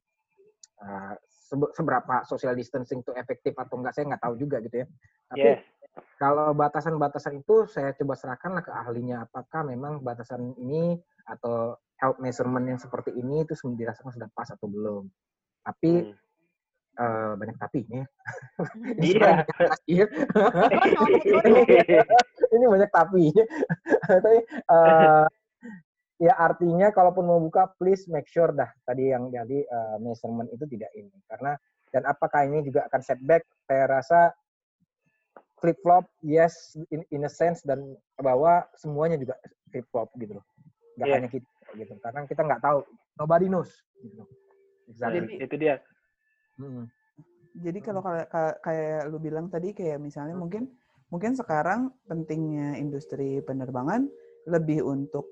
seberapa social distancing itu efektif atau enggak saya nggak tahu juga gitu ya. Tapi kalau batasan-batasan itu saya coba serahkanlah ke ahlinya apakah memang batasan ini atau health measurement yang seperti ini itu dirasakan sudah pas atau belum. Tapi banyak tapinya. Ini banyak tapinya. Tapi ya artinya kalaupun mau buka please make sure dah tadi yang jadi measurement itu tidak ini karena dan apakah ini juga akan setback saya rasa flip flop, yes, in a sense, dan bahwa semuanya juga flip flop gitu loh. Nggak hanya kita gitu, karena kita nggak tahu, nobody knows gitu. Exactly. Itu dia. Jadi kalau kayak lu bilang tadi, kayak misalnya mungkin sekarang pentingnya industri penerbangan lebih untuk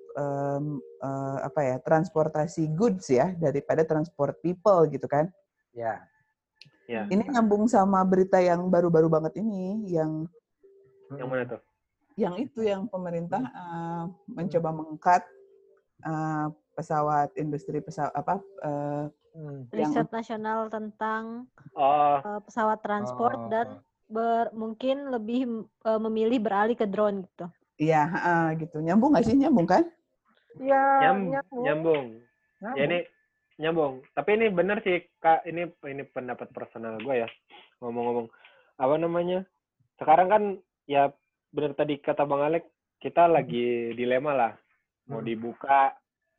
transportasi goods ya, daripada transport people gitu kan? Ya. Ya. Ini nyambung sama berita yang baru-baru banget ini, yang mana tuh? Yang itu, yang pemerintah mencoba meng-cut pesawat, industri pesawat riset nasional tentang pesawat transport dan mungkin lebih memilih beralih ke drone gitu. Iya, gitu. Nyambung nggak sih? Nyambung kan? Iya, nyambung. Ya ini nyambung. Tapi ini benar sih, Kak. Ini pendapat personal gue ya. Ngomong-ngomong, apa namanya? Sekarang kan ya benar tadi kata Bang Alek, kita lagi dilema lah. Mau dibuka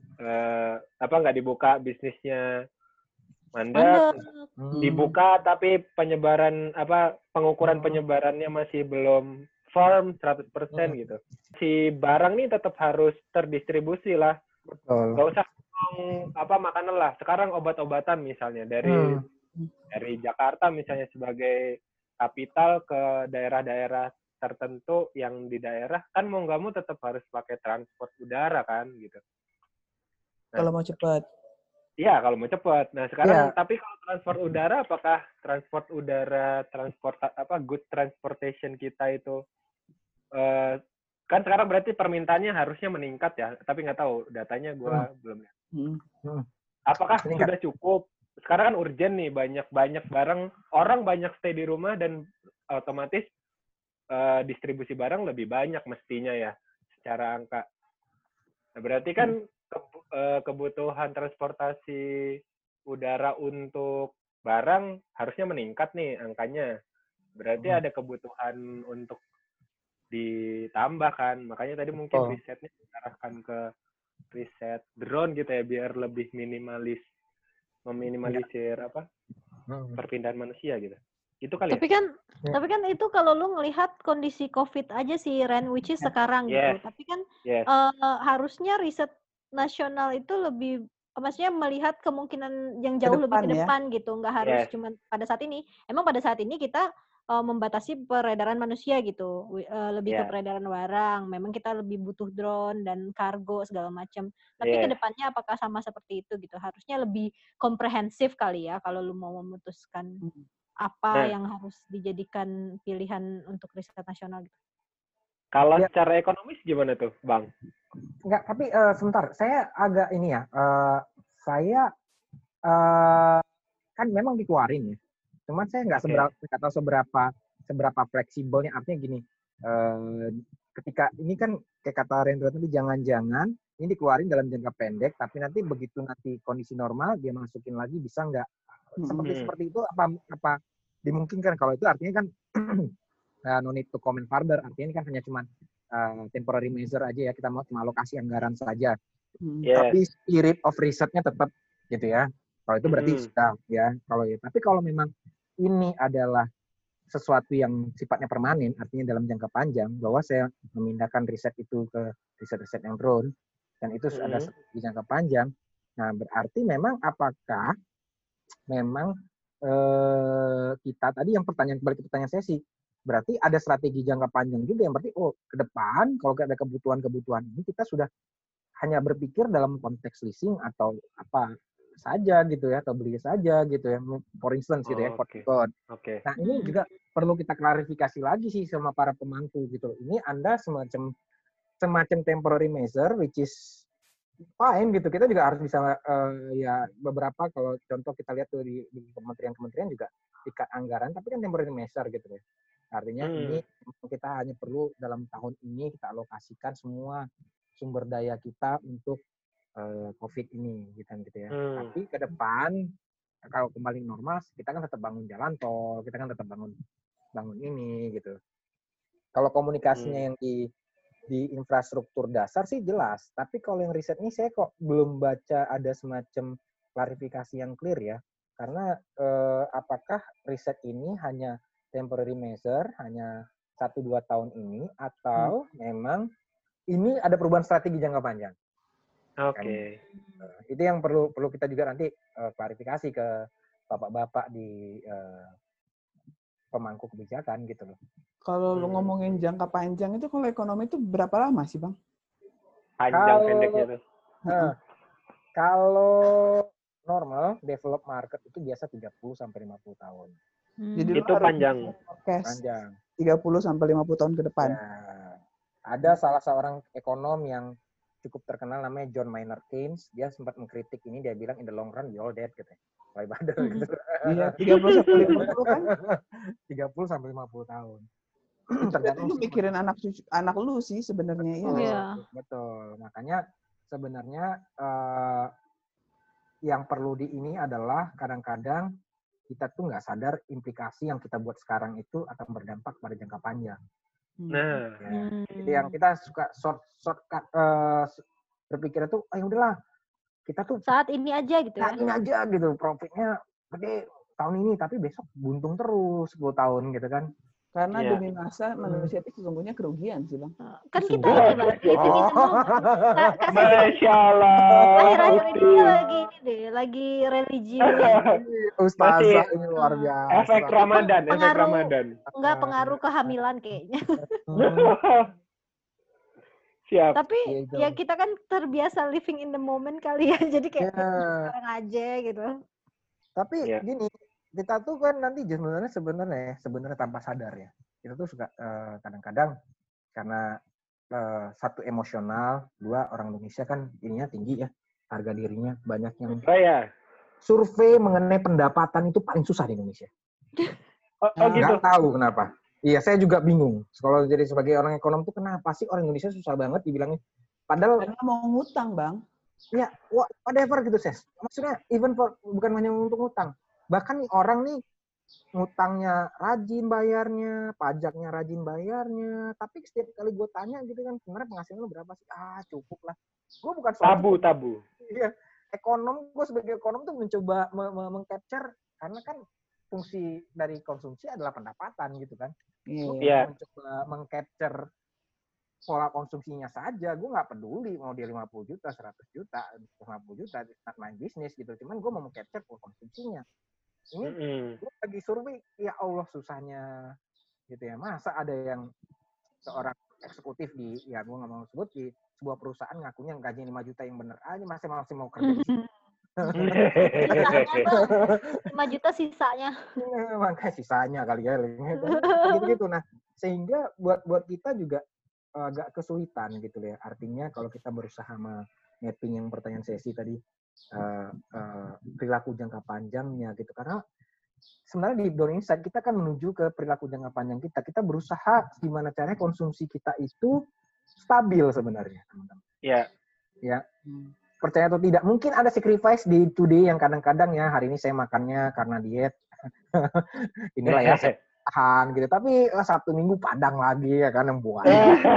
nggak dibuka bisnisnya mandek, dibuka tapi pengukuran penyebarannya masih belum firm 100% gitu. Si barang nih tetap harus terdistribusi lah. Betul. Gak usah makanan lah. Sekarang obat-obatan misalnya dari Jakarta misalnya sebagai kapital ke daerah-daerah tertentu yang di daerah kan mau nggak mau tetap harus pakai transport udara kan gitu. Nah, kalau mau cepat. Iya, kalau mau cepat. Nah, sekarang tapi kalau transport udara, apakah transport udara, good transportation kita itu kan sekarang berarti permintaannya harusnya meningkat ya, tapi nggak tahu datanya gue belum lihat. Apakah sudah cukup? Sekarang kan urgent nih, banyak barang, orang banyak stay di rumah dan otomatis distribusi barang lebih banyak mestinya ya secara angka. Nah, berarti kan kebutuhan transportasi udara untuk barang harusnya meningkat nih angkanya. Berarti ada kebutuhan untuk ditambahkan. Makanya tadi mungkin risetnya diarahkan ke riset drone gitu ya, biar lebih meminimalisir perpindahan manusia gitu. Itu kali tapi kan itu kalau lu ngelihat kondisi COVID aja sih, Ren, which is sekarang gitu. Tapi kan harusnya riset nasional itu lebih, maksudnya melihat kemungkinan yang jauh lebih ke depan gitu. Nggak harus cuma pada saat ini. Emang pada saat ini kita membatasi peredaran manusia gitu, lebih ke peredaran barang. Memang kita lebih butuh drone dan kargo segala macam. Tapi kedepannya apakah sama seperti itu gitu? Harusnya lebih komprehensif kali ya kalau lu mau memutuskan apa yang harus dijadikan pilihan untuk riset nasional gitu. Kalau secara ekonomis gimana tuh, Bang? Enggak, tapi sebentar, saya agak ini ya, saya kan memang dikeluarin ya. Cuman saya nggak tahu seberapa fleksibelnya. Artinya gini, ketika ini kan kayak kata Rendra tadi, jangan-jangan ini dikeluarin dalam jangka pendek, tapi nanti begitu nanti kondisi normal dia masukin lagi, bisa nggak? Seperti itu apa dimungkinkan? Kalau itu artinya kan no need to comment further. Artinya ini kan hanya cuma temporary measure aja ya, kita mau cuma alokasi anggaran saja. Tapi spirit of risetnya tetap gitu ya. Kalau itu berarti sudah ya. Tapi kalau memang ini adalah sesuatu yang sifatnya permanen, artinya dalam jangka panjang, bahwa saya memindahkan riset itu ke riset-riset yang drone, dan itu ada di jangka panjang. Nah, berarti memang apakah memang kita tadi yang balik ke pertanyaan saya sih, berarti ada strategi jangka panjang juga yang berarti ke depan kalau ada kebutuhan ini kita sudah hanya berpikir dalam konteks leasing atau apa saja gitu ya, atau beli saja gitu ya, for instance gitu ya. Nah, ini juga perlu kita klarifikasi lagi sih sama para pemangku gitu. Ini Anda semacam temporary measure which is fine gitu. Kita juga harus bisa ya beberapa, kalau contoh kita lihat tuh di kementerian juga tingkat anggaran, tapi kan temporary measure gitu ya. Artinya ini kita hanya perlu dalam tahun ini kita alokasikan semua sumber daya kita untuk COVID ini gitu ya. Tapi ke depan kalau kembali normal, kita kan tetap bangun jalan tol, kita kan tetap bangun ini gitu. Kalau komunikasinya yang di infrastruktur dasar sih jelas, tapi kalau yang riset ini saya kok belum baca ada semacam klarifikasi yang clear ya. Karena apakah riset ini hanya temporary measure, hanya 1-2 tahun ini, atau memang ini ada perubahan strategi jangka panjang. Oke. Itu yang perlu kita juga nanti klarifikasi ke bapak-bapak di pemangku kebijakan gitu loh. Kalau lu ngomongin jangka panjang itu kalau ekonomi itu berapa lama sih, Bang? Panjang pendeknya tuh. Kalau normal develop market itu biasa 30 sampai 50 tahun. Jadi itu panjang. 30 sampai 50 tahun ke depan. Ya. Ada salah seorang ekonom yang cukup terkenal namanya John Maynard Keynes. Dia sempat mengkritik ini, dia bilang in the long run we all dead gitu. Bye brother gitu. Iya, 30 sampai 50 kan? 30 sampai 50 tahun. Tergantung lu mikirin anak lu sih sebenarnya ya. Iya. Betul. Makanya sebenarnya yang perlu ini adalah kadang-kadang kita tuh nggak sadar implikasi yang kita buat sekarang itu akan berdampak pada jangka panjang. Nah, Jadi yang kita suka shortcut berpikir itu, ya udahlah, kita tuh saat ini aja gitu ya. Saat ini aja gitu, profitnya gede tahun ini, tapi besok buntung terus 10 tahun gitu kan. Karena demi masa manusia itu sesungguhnya kerugian sih, Bang. Kan kita lagi bahas living in the moment. Masya Allah. Akhir-akhir ini lagi religius. Ustazah ini luar biasa. Efek Ramadan. Enggak pengaruh kehamilan kayaknya. Siap. Tapi ya kita kan terbiasa living in the moment kali ya. Jadi kayak sekarang aja gitu. Tapi gini, kita tuh kan nanti sebenarnya tanpa sadar ya. Kita tuh suka kadang-kadang karena satu emosional, dua orang Indonesia kan ininya tinggi ya, harga dirinya banyak yang. Survei mengenai pendapatan itu paling susah di Indonesia. Gitu. Nggak tahu kenapa. Iya, saya juga bingung. Kalau jadi sebagai orang ekonom tuh kenapa sih orang Indonesia susah banget dibilangin. Padahal karena mau ngutang, Bang. Ya, whatever gitu, Ses. Maksudnya even bukan hanya untuk ngutang. Bahkan nih orang nih ngutangnya rajin bayarnya, pajaknya rajin bayarnya, tapi setiap kali gue tanya gitu kan, sebenarnya penghasilan lu berapa sih? Cukup lah. Gue bukan tabu. Iya. Gue sebagai ekonom tuh mencoba meng-capture, karena kan fungsi dari konsumsi adalah pendapatan gitu kan. Gue mencoba meng-capture pola konsumsinya saja, gue nggak peduli mau dia 50 juta, 100 juta, 50 juta, it's not my business gitu. Cuman gue mau meng-capture pola konsumsinya. Ini gue lagi survei, ya Allah susahnya gitu ya. Masa ada yang seorang eksekutif gue nggak mau sebut, di sebuah perusahaan ngakunya gajinya 5 juta yang bener aja, masih mau kerja di situ. 5 juta sisanya. Makanya sisanya kali ya. Gitu-gitu. Nah, sehingga buat kita juga agak kesulitan gitu ya. Artinya kalau kita berusaha mapping yang pertanyaan sesi tadi, perilaku jangka panjangnya gitu. Karena sebenarnya di Down Insight kita kan menuju ke perilaku jangka panjang kita. Kita berusaha gimana caranya konsumsi kita itu stabil sebenarnya, teman-teman. Iya. Ya. Percaya atau tidak, mungkin ada sacrifice di today yang kadang-kadang ya, hari ini saya makannya karena diet. Inilah ya, tahan gitu, tapi Sabtu Minggu Padang lagi ya kan yang buah.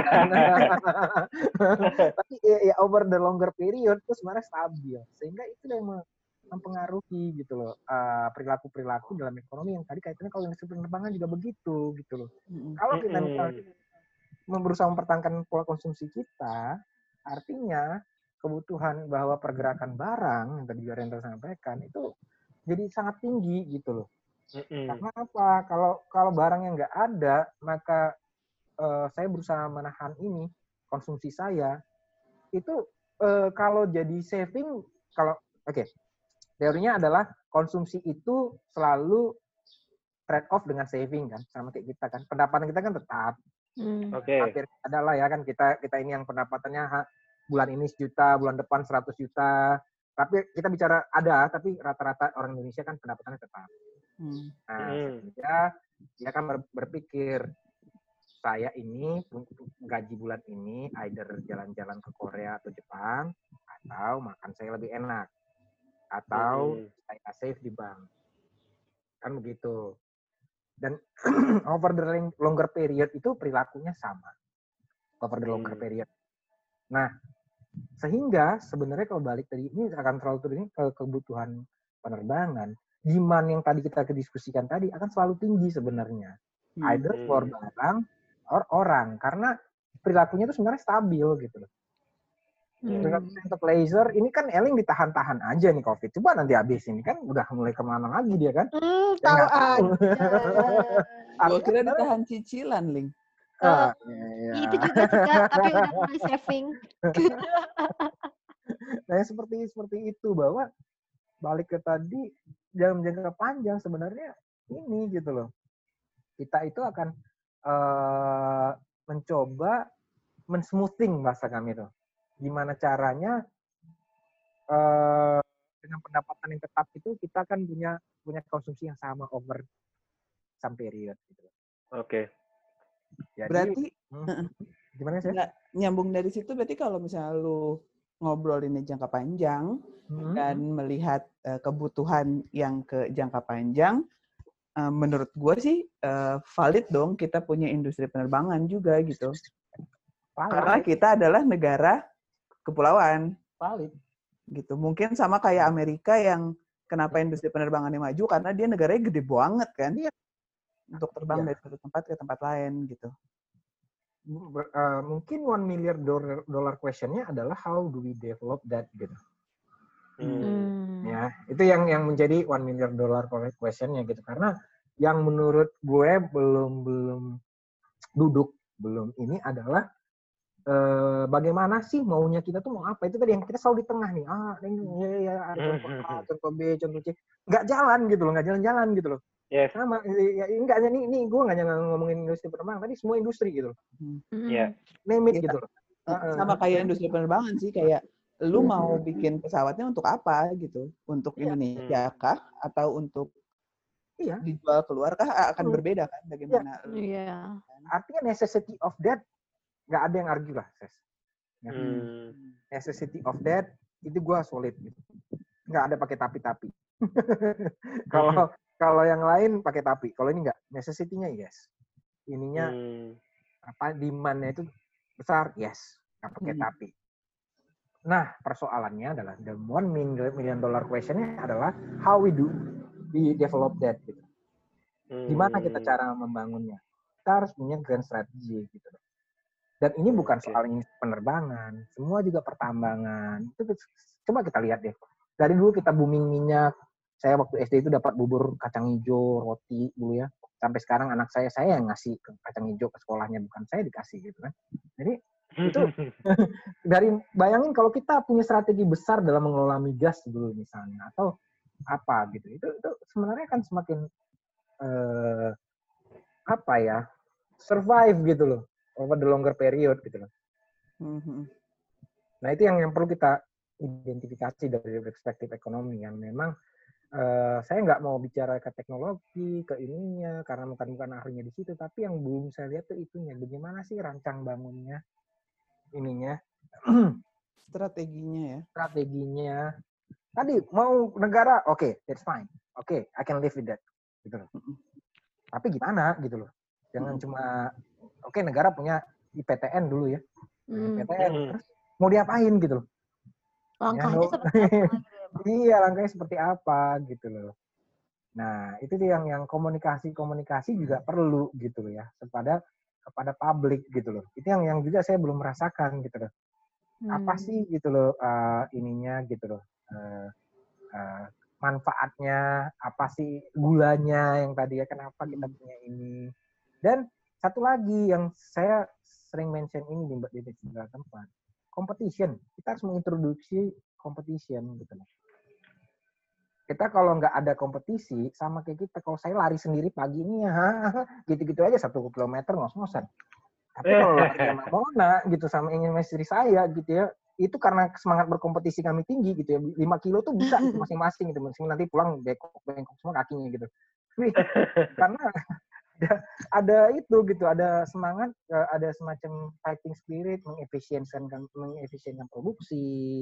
Tapi ya over the longer period itu sebenarnya stabil, sehingga itu yang mempengaruhi gitu loh perilaku dalam ekonomi yang tadi kaitannya kalau industri penerbangan juga begitu gitu loh. Kalau kita berusaha mempertahankan pola konsumsi kita, artinya kebutuhan bahwa pergerakan barang yang tadi Rendra sampaikan itu jadi sangat tinggi gitu loh. Karena apa? Kalau barangnya nggak ada, maka saya berusaha menahan ini konsumsi saya itu kalau jadi saving, teorinya adalah konsumsi itu selalu trade off dengan saving kan, sama kayak kita kan, pendapatan kita kan tetap. Hampir adalah ya kan kita ini yang pendapatannya bulan ini 1 juta, bulan depan 100 juta. Tapi kita bicara ada, tapi rata-rata orang Indonesia kan pendapatannya tetap. Sehingga dia kan berpikir, saya ini gaji bulan ini either jalan-jalan ke Korea atau Jepang, atau makan saya lebih enak, atau saya save di bank. Kan begitu. Dan over the longer period itu perilakunya sama. Over the longer period. Nah, sehingga sebenarnya kalau balik tadi, ini akan selalu turun ke kebutuhan penerbangan. Demand yang tadi kita diskusikan tadi akan selalu tinggi sebenarnya. Either for barang orang karena perilakunya itu sebenarnya stabil gitu loh. Untuk laser ini kan Eling ditahan-tahan aja nih COVID. Coba nanti habis ini kan udah mulai kemana lagi dia kan? Tahu aja. Gue kira ditahan cicilan, Ling. Ya. Itu juga sih Kak, tapi udah mulai saving. Nah, seperti itu bahwa balik ke tadi dalam jangka panjang sebenarnya ini gitu loh. Kita itu akan mencoba mensmoothing bahasa kami tuh. Gimana caranya dengan pendapatan yang tetap itu kita kan punya konsumsi yang sama over some period gitu. Oke. Jadi, berarti gimana sih? Nyambung dari situ berarti kalau misalnya lu ngobrolinnya jangka panjang dan melihat kebutuhan yang ke jangka panjang, menurut gue sih valid dong kita punya industri penerbangan juga gitu. Karena kita adalah negara kepulauan. Valid. Gitu. Mungkin sama kayak Amerika yang kenapa industri penerbangannya maju karena dia negaranya gede banget kan. Iya. Untuk terbang dari satu tempat ke tempat lain gitu. Mungkin $1 million question-nya adalah how do we develop that gitu. Ya, itu yang menjadi $1 million question-nya gitu. Karena yang menurut gue belum duduk, belum ini adalah bagaimana sih maunya kita tuh mau apa? Itu tadi yang kita selalu di tengah nih. Contoh B, contoh C. Nggak jalan gitu loh, nggak jalan-jalan gitu loh. Yes. Sama, ya, enggak aja nih gue nggak ngomongin industri penerbangan, tadi semua industri gitu loh. Iya. Name it gitu loh. Sama kayak industri penerbangan sih, kayak lu mau bikin pesawatnya untuk apa gitu? Untuk Indonesia kah? Atau untuk dijual keluar kah? Akan berbeda kan bagaimana? Iya. Artinya necessity of that nggak ada yang argue lah, Ses. Necessity of that itu gue solid gitu. Nggak ada pakai tapi-tapi. Kalau yang lain pakai tapi. Kalau ini nggak. Necessity-nya yes. Ininya apa demand-nya itu besar, yes. Nggak pakai tapi. Nah, persoalannya adalah the $1 million question-nya adalah how we develop that gitu. Gimana kita cara membangunnya? Kita harus punya grand strategy gitu. Dan ini bukan soal ini penerbangan, semua juga pertambangan. Itu coba kita lihat deh. Dari dulu kita booming minyak. Saya waktu SD itu dapat bubur kacang hijau, roti dulu ya. Sampai sekarang anak saya yang ngasih kacang hijau ke sekolahnya, bukan saya dikasih gitu kan. Jadi itu dari bayangin kalau kita punya strategi besar dalam mengelola migas dulu misalnya atau apa gitu. Itu sebenarnya kan semakin survive gitu loh. Over the longer period gitu loh. Nah itu yang perlu kita identifikasi dari perspektif ekonomi yang memang saya nggak mau bicara ke teknologi, ke ininya karena bukan ahlinya di situ, tapi yang belum saya lihat tuh itunya bagaimana sih rancang bangunnya, ininya, strateginya. Tadi mau negara, oke, that's fine, oke, I can live with that, gitu loh. Tapi gimana gitu loh, jangan cuma oke, negara punya IPTN dulu ya. IPTN. Terus mau diapain gitu loh. Langkahnya seperti apa? Iya, langkahnya seperti apa gitu loh. Nah, itu yang komunikasi juga perlu gitu loh ya. Kepada publik gitu loh. Itu yang juga saya belum merasakan gitu loh. Apa sih gitu loh ininya gitu loh. Manfaatnya, apa sih gulanya yang tadi ya, kenapa kita punya ini. Dan satu lagi yang saya sering mention ini di beberapa tempat, competition. Kita harus mengintroduksi competition gitu loh. Kita kalau nggak ada kompetisi, sama kayak kita, kalau saya lari sendiri pagi ini ya, gitu-gitu aja 1 kilometer ngos-ngosan. Tapi kalau lari sama Mona gitu, sama ingin istri saya gitu ya, itu karena semangat berkompetisi kami tinggi gitu ya, 5 kilo tuh bisa gitu, masing-masing gitu, nanti pulang bengkok semua kakinya gitu. Karena ada itu gitu, ada semangat, ada semacam fighting spirit, mengefisienkan produksi,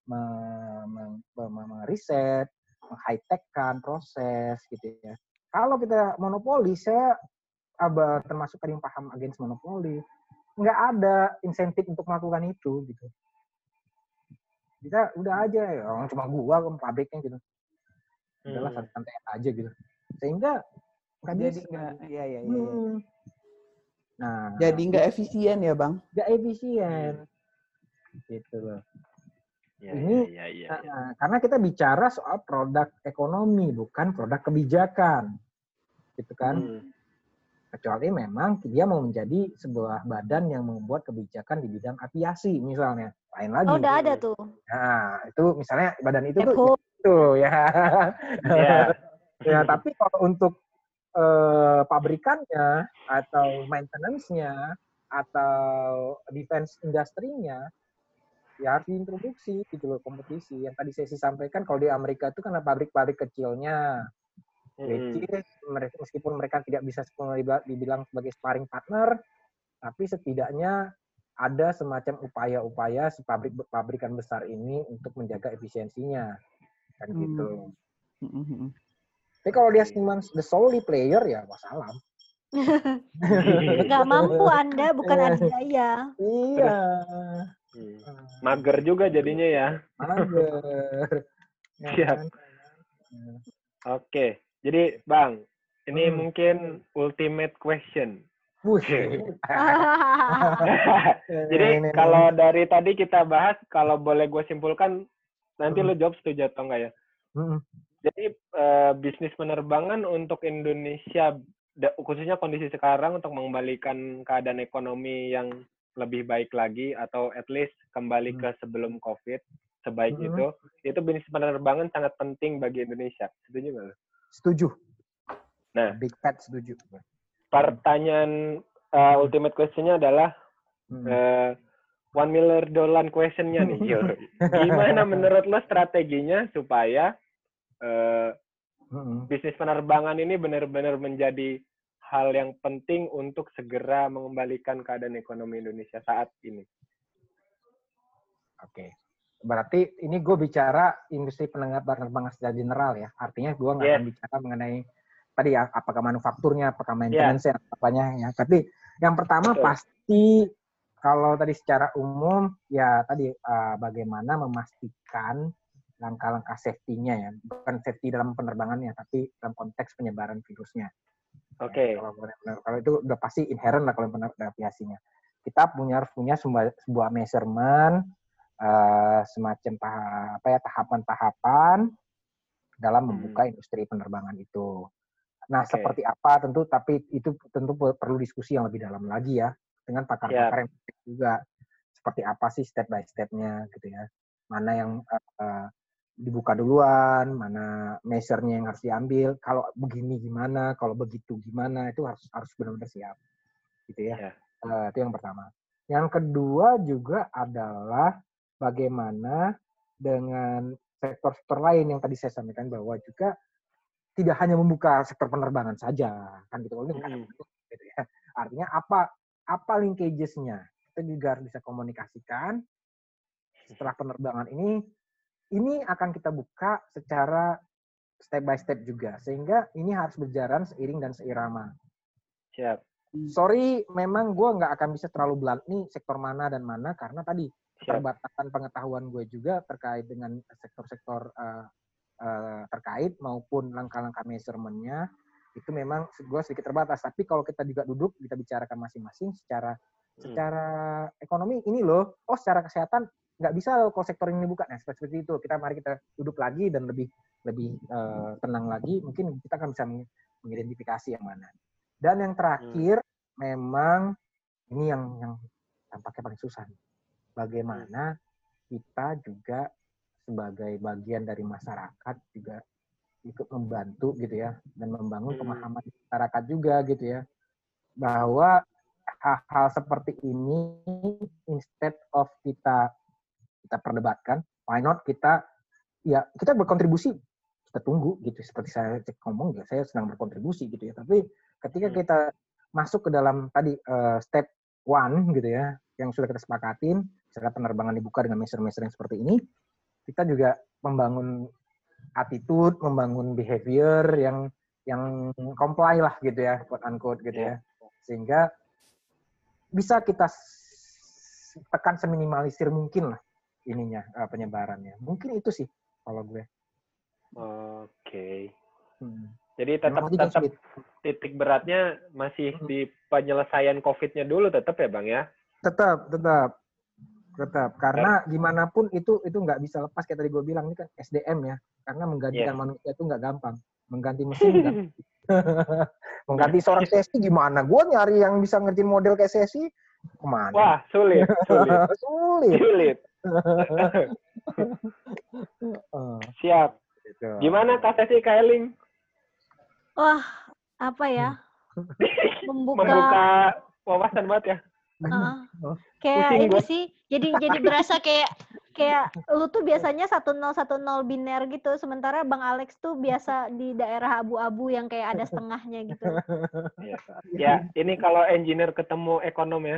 meriset, meng-high-tech-kan proses gitu ya. Kalau kita monopoli, saya termasuk yang paham against monopoli, nggak ada insentif untuk melakukan itu gitu. Kita udah aja ya, cuma gua pabriknya gitu. Udahlah santai aja gitu. Sehingga jadi nggak, iya. Nah, jadi nggak efisien ya, Bang? Nggak efisien. Gitu loh. Ini karena kita bicara soal produk ekonomi, bukan produk kebijakan. Gitu kan? Kecuali memang dia mau menjadi sebuah badan yang membuat kebijakan di bidang aviasi misalnya. Lain lagi. Oh, udah ada tuh. Nah, itu misalnya badan itu tuh ya. Ya, tapi kalau untuk pabrikannya atau maintenance-nya atau defense industry-nya ya harus diintroduksi gitu loh, kompetisi. Yang tadi saya sampaikan kalau di Amerika itu karena pabrik-pabrik kecilnya. Meskipun mereka tidak bisa dibilang sebagai sparring partner, tapi setidaknya ada semacam upaya-upaya si pabrikan besar ini untuk menjaga efisiensinya, kan gitu. Tapi kalau dia cuma the solely player ya wassalam. Nggak mampu Anda, bukan adidaya. Iya. Mager juga jadinya ya. Mager. Siap. Oke. Jadi, Bang, ini mungkin ultimate question. Jadi, kalau dari tadi kita bahas, kalau boleh gue simpulkan, nanti lo jawab setuju atau enggak ya? Jadi, bisnis penerbangan untuk Indonesia, khususnya kondisi sekarang, untuk mengembalikan keadaan ekonomi yang lebih baik lagi, atau at least kembali ke sebelum COVID, sebaik itu bisnis penerbangan sangat penting bagi Indonesia. Setuju nggak lo? Setuju. Nah, big fat setuju. Pertanyaan ultimate question-nya adalah $1 million question-nya nih. Gimana menurut lo strateginya supaya bisnis penerbangan ini benar-benar menjadi hal yang penting untuk segera mengembalikan keadaan ekonomi Indonesia saat ini? Oke. Berarti ini gue bicara industri penerbangan secara general ya. Artinya gue nggak akan bicara mengenai tadi ya, apakah manufakturnya, apakah maintenance-nya, apanya ya. Tapi yang pertama pasti kalau tadi secara umum ya tadi bagaimana memastikan langkah-langkah safety-nya ya. Bukan safety dalam penerbangannya, tapi dalam konteks penyebaran virusnya. Oke. Ya, kalau itu udah pasti inherent lah kalau aviasinya. Kita harus punya sebuah measurement, semacam tahapan-tahapan dalam membuka industri penerbangan itu. Nah, seperti apa tentu, tapi itu tentu perlu diskusi yang lebih dalam lagi ya dengan pakar-pakar yang juga. Seperti apa sih step by step-nya gitu ya. Mana yang dibuka duluan, mana measure-nya yang harus diambil. Kalau begini gimana, kalau begitu gimana, itu harus benar-benar siap. Gitu ya. Itu yang pertama. Yang kedua juga adalah bagaimana dengan sektor-sektor lain yang tadi saya sampaikan bahwa juga tidak hanya membuka sektor penerbangan saja, kan gitu. Gitu ya. Artinya apa linkages-nya? Kita juga harus bisa komunikasikan setelah penerbangan ini akan kita buka secara step by step juga, sehingga ini harus berjalan seiring dan seirama. Siap. Sorry, memang gue nggak akan bisa terlalu blunt nih sektor mana dan mana, karena tadi keterbatasan pengetahuan gue juga terkait dengan sektor-sektor terkait maupun langkah-langkah measurement-nya, itu memang gue sedikit terbatas. Tapi kalau kita juga duduk, kita bicarakan masing-masing secara ekonomi ini loh, secara kesehatan nggak bisa loh kalau sektor ini buka. Nah, seperti itu. Mari kita duduk lagi dan lebih tenang lagi. Mungkin kita akan bisa mengidentifikasi yang mana. Dan yang terakhir, memang ini yang tampaknya paling susah. Bagaimana kita juga sebagai bagian dari masyarakat juga ikut membantu gitu ya, dan membangun pemahaman masyarakat juga gitu ya, bahwa hal-hal seperti ini instead of kita perdebatkan, why not kita berkontribusi, kita tunggu gitu. Seperti saya ngomong ya, saya sedang berkontribusi gitu ya. Tapi ketika kita masuk ke dalam tadi step one gitu ya, yang sudah kita sepakatin, secara penerbangan dibuka dengan measure-measure yang seperti ini, kita juga membangun attitude, membangun behavior yang comply lah gitu ya, quote unquote gitu ya, sehingga bisa kita tekan seminimalisir mungkin lah ininya penyebarannya. Mungkin itu sih kalau gue. Oke. Jadi tetap titik beratnya masih di penyelesaian COVID-nya dulu tetap ya Bang ya? Tetap. Karena gimana pun itu nggak bisa lepas kayak tadi gue bilang, ini kan SDM ya. Karena menggantikan manusia itu nggak gampang. Mengganti mesin nggak. Mengganti seorang CSI gimana? Gue nyari yang bisa ngertiin model kayak CSI kemana? Wah, sulit. Siap. Gimana Kak Sesi, Kak Eling? Wah, apa ya? Membuka wawasan banget ya. Kayak ini sih, jadi berasa kayak lu tuh biasanya 1010 biner gitu, sementara Bang Alex tuh biasa di daerah abu-abu yang kayak ada setengahnya gitu. Ya, ini kalau engineer ketemu ekonom ya.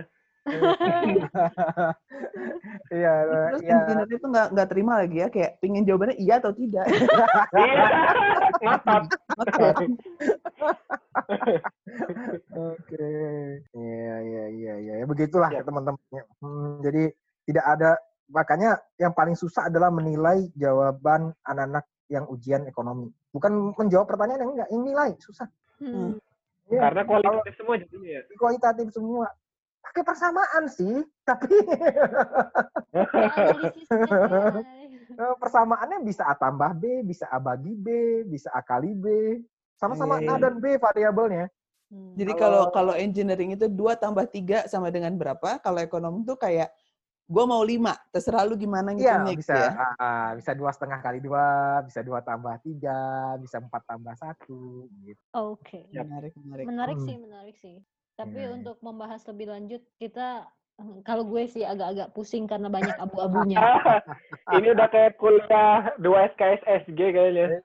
Iya. Terus engineer itu nggak terima lagi ya, kayak pingin jawabannya iya atau tidak. Ngotot. Oke. Iya. Begitulah ya teman-teman. Jadi tidak ada, makanya yang paling susah adalah menilai jawaban anak-anak yang ujian ekonomi. Bukan menjawab pertanyaan yang enggak, yang nilai susah. Ya, karena kualitatif semua jadinya ya. Kualitatif semua. Pakai persamaan sih, tapi persamaannya bisa A tambah B, bisa A bagi B, bisa A kali B. Sama-sama A dan B variabelnya. Jadi kalau engineering itu 2 tambah 3 sama dengan berapa? Kalau ekonomi itu kayak gue mau 5, terserah lu gimana ngitungnya bisa, gitu ya. Bisa 2,5 kali 2, bisa 2 tambah 3, bisa 4 tambah 1 gitu. Oke. Menarik sih. Tapi untuk membahas lebih lanjut, kita kalau gue sih agak-agak pusing karena banyak abu-abunya. Ini udah kayak kuliah 2 SKSSG kayaknya.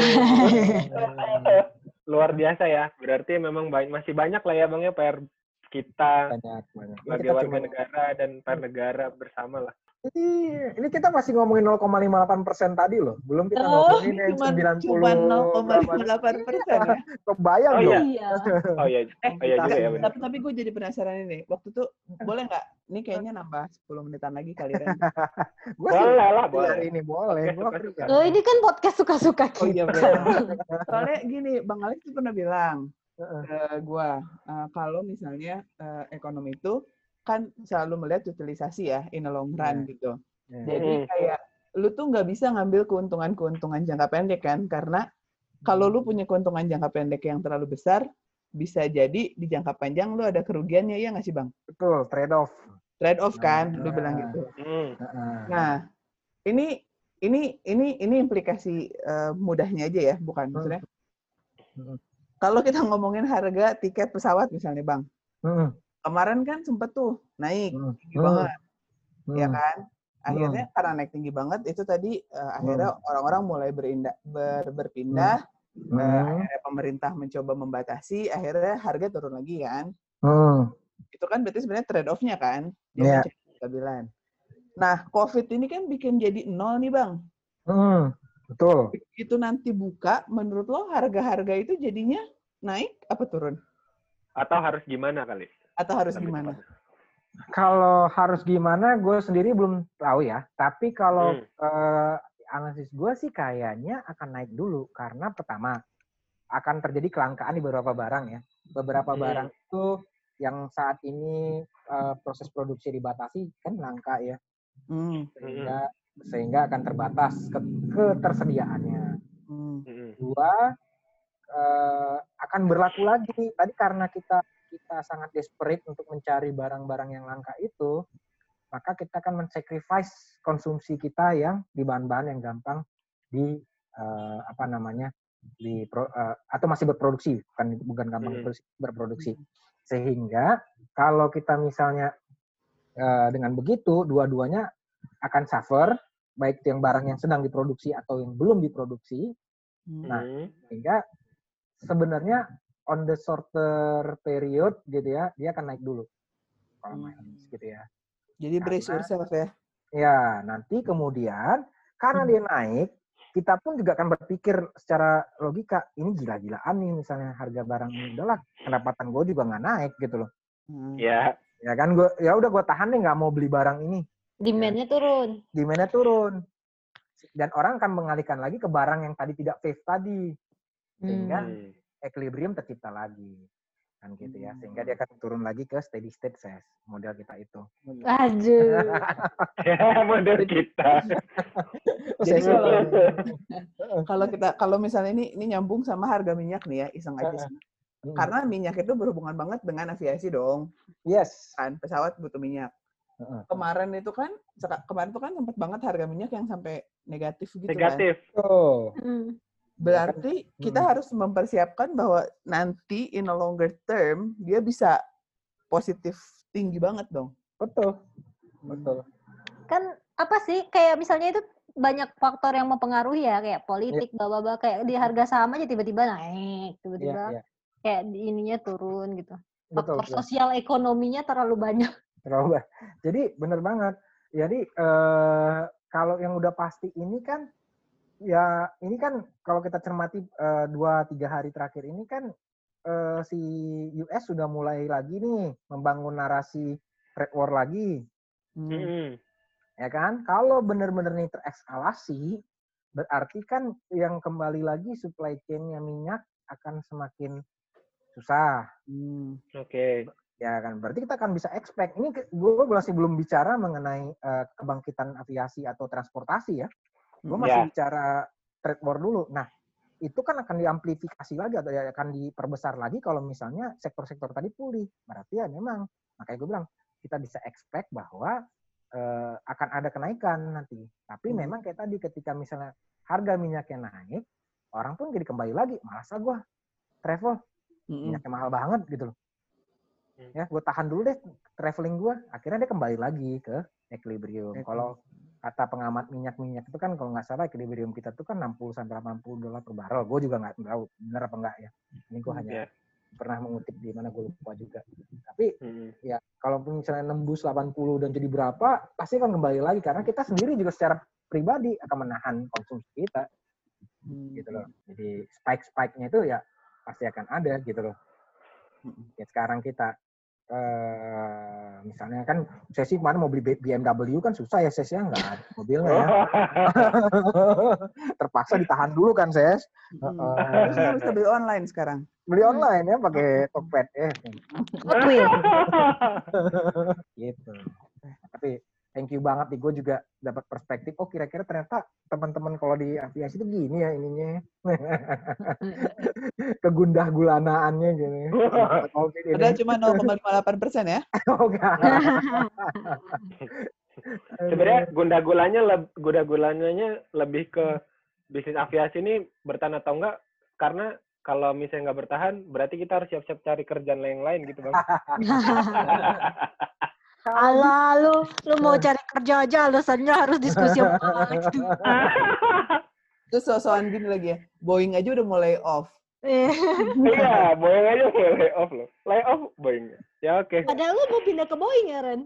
Luar biasa ya. Berarti memang masih banyak lah ya Bang ya PR kita sebagai warga negara dan PR negara bersama lah. Ini kita masih ngomongin 0,58% tadi loh. Belum kita ngomongin yang 90. Cuma 0,58% ya. Kebayang dong. Oh iya juga ya benar. Tapi gue jadi penasaran ini. Waktu itu boleh nggak? Ini kayaknya nambah 10 menitan lagi kali Ren. Boleh. Ini boleh. Ini kan podcast suka-suka kita. Oh iya benar. Soalnya gini, Bang Alex tuh pernah bilang ke gue, kalau misalnya ekonomi itu kan selalu melihat utilisasi ya in the long run gitu. Jadi kayak lu tuh nggak bisa ngambil keuntungan jangka pendek kan, karena kalau lu punya keuntungan jangka pendek yang terlalu besar, bisa jadi di jangka panjang lu ada kerugiannya, ya nggak sih Bang? Betul, trade off kan, lu bilang gitu. Nah, ini implikasi mudahnya aja ya, bukan maksudnya. Kalau kita ngomongin harga tiket pesawat misalnya Bang. Kemarin kan sempet tuh naik tinggi banget, ya kan? Akhirnya karena naik tinggi banget, itu tadi akhirnya orang-orang mulai berpindah, akhirnya pemerintah mencoba membatasi, akhirnya harga turun lagi kan? Itu kan berarti sebenarnya trade-off-nya kan? Dia mencari kestabilan. Nah, COVID ini kan bikin jadi 0 nih Bang. Betul. Itu nanti buka, menurut lo harga-harga itu jadinya naik apa turun? Atau harus gimana kali? Kalau harus gimana, gue sendiri belum tahu ya. Tapi kalau analisis gue sih kayaknya akan naik dulu. Karena pertama, akan terjadi kelangkaan di beberapa barang ya. Beberapa barang itu yang saat ini proses produksi dibatasi, kan langka ya. Sehingga akan terbatas ketersediaannya. Dua, akan berlaku lagi. Tadi karena kita sangat desperate untuk mencari barang-barang yang langka itu, maka kita akan men-sacrifice konsumsi kita yang di bahan-bahan yang gampang atau masih berproduksi, bukan gampang berproduksi. Sehingga kalau kita misalnya dengan begitu, dua-duanya akan suffer, baik itu yang barang yang sedang diproduksi atau yang belum diproduksi. Nah, sehingga sebenarnya on the shorter period gitu ya, dia akan naik dulu. Kalau gitu ya. Jadi brace yourself ya. Ya, nanti kemudian karena dia naik, kita pun juga akan berpikir secara logika, ini gila-gilaan nih misalnya harga barang ini, udahlah pendapatan gue juga nggak naik gitu loh. Ya. Ya kan, gue tahan nih nggak mau beli barang ini. Demand-nya turun. Dan orang akan mengalihkan lagi ke barang yang tadi tidak safe tadi. Sehingga equilibrium tercipta lagi. Kan gitu ya. Sehingga dia akan turun lagi ke steady state size. Model kita itu. Aduh. Model kita. Jadi kalau misalnya ini nyambung sama harga minyak nih ya, iseng aja sih. Karena minyak itu berhubungan banget dengan aviasi dong. Yes. Kan pesawat butuh minyak. Kemarin tuh kan sempat banget harga minyak yang sampai negatif gitu negatif. Kan. Oh. Berarti kita harus mempersiapkan bahwa nanti in a longer term dia bisa positif tinggi banget dong. Betul. Kan apa sih kayak misalnya itu banyak faktor yang mempengaruhi ya, kayak politik, bla kayak di harga saham aja tiba-tiba naik, tiba-tiba kayak ininya turun gitu. Faktor sosial ekonominya terlalu banyak. Jadi benar banget. Jadi kalau yang udah pasti ini kan ya ini kan kalau kita cermati 2-3 hari terakhir ini kan si US sudah mulai lagi nih membangun narasi trade war lagi. Ya kan? Kalau benar-benar ini tereskalasi, berarti kan yang kembali lagi supply chain-nya minyak akan semakin susah. Oke. Ya kan, berarti kita akan bisa expect. Ini gue masih belum bicara mengenai kebangkitan aviasi atau transportasi ya. Gue masih bicara trade war dulu. Nah, itu kan akan diamplifikasi lagi atau akan diperbesar lagi kalau misalnya sektor-sektor tadi pulih. Berarti ya memang, makanya gue bilang, kita bisa expect bahwa akan ada kenaikan nanti. Tapi memang kayak tadi ketika misalnya harga minyaknya naik, orang pun jadi kembali lagi, malas lah gue travel, minyaknya mahal banget gitu loh. Ya, gue tahan dulu deh traveling gue. Akhirnya dia kembali lagi ke equilibrium. Kalau kata pengamat minyak itu kan kalau nggak salah equilibrium kita tuh kan 60-80 dolar per barrel. Gue juga nggak tahu benar apa enggak ya. Ini gue hanya pernah mengutip di mana gue lupa juga. Tapi ya kalau misalnya nembus 80 dan jadi berapa, pasti akan kembali lagi karena kita sendiri juga secara pribadi akan menahan konsumsi kita. Gitu loh. Jadi spike-nya itu ya pasti akan ada gitu loh. Ya sekarang kita misalnya kan saya sih kemarin mau beli BMW kan susah ya Ses ya, nggak ada mobilnya ya. Terpaksa ditahan dulu kan Ses. Terus nggak bisa beli online sekarang. Beli online ya pakai Tokped Betul. Gitu. Tapi thank you banget nih, gue juga dapat perspektif. Oh kira-kira ternyata teman-teman kalau di aviasi itu gini ya ininya. Kegundah gulanaannya gitu. Padahal cuma 0,58% ya? Oh enggak. Sebenarnya gundah-gulananya lebih ke bisnis aviasi ini bertahan atau enggak, karena kalau misalnya nggak bertahan, berarti kita harus siap-siap cari kerjaan lain gitu Bang. Alah, lu mau cari kerja aja alasannya harus diskusi sama Alex tuh. Terus soal gini lagi ya, Boeing aja udah mulai off. Iya, Boeing aja mulai lay off loh. Lay off Boeing. Ya oke. Padahal lu mau pindah ke Boeing ya, Ren?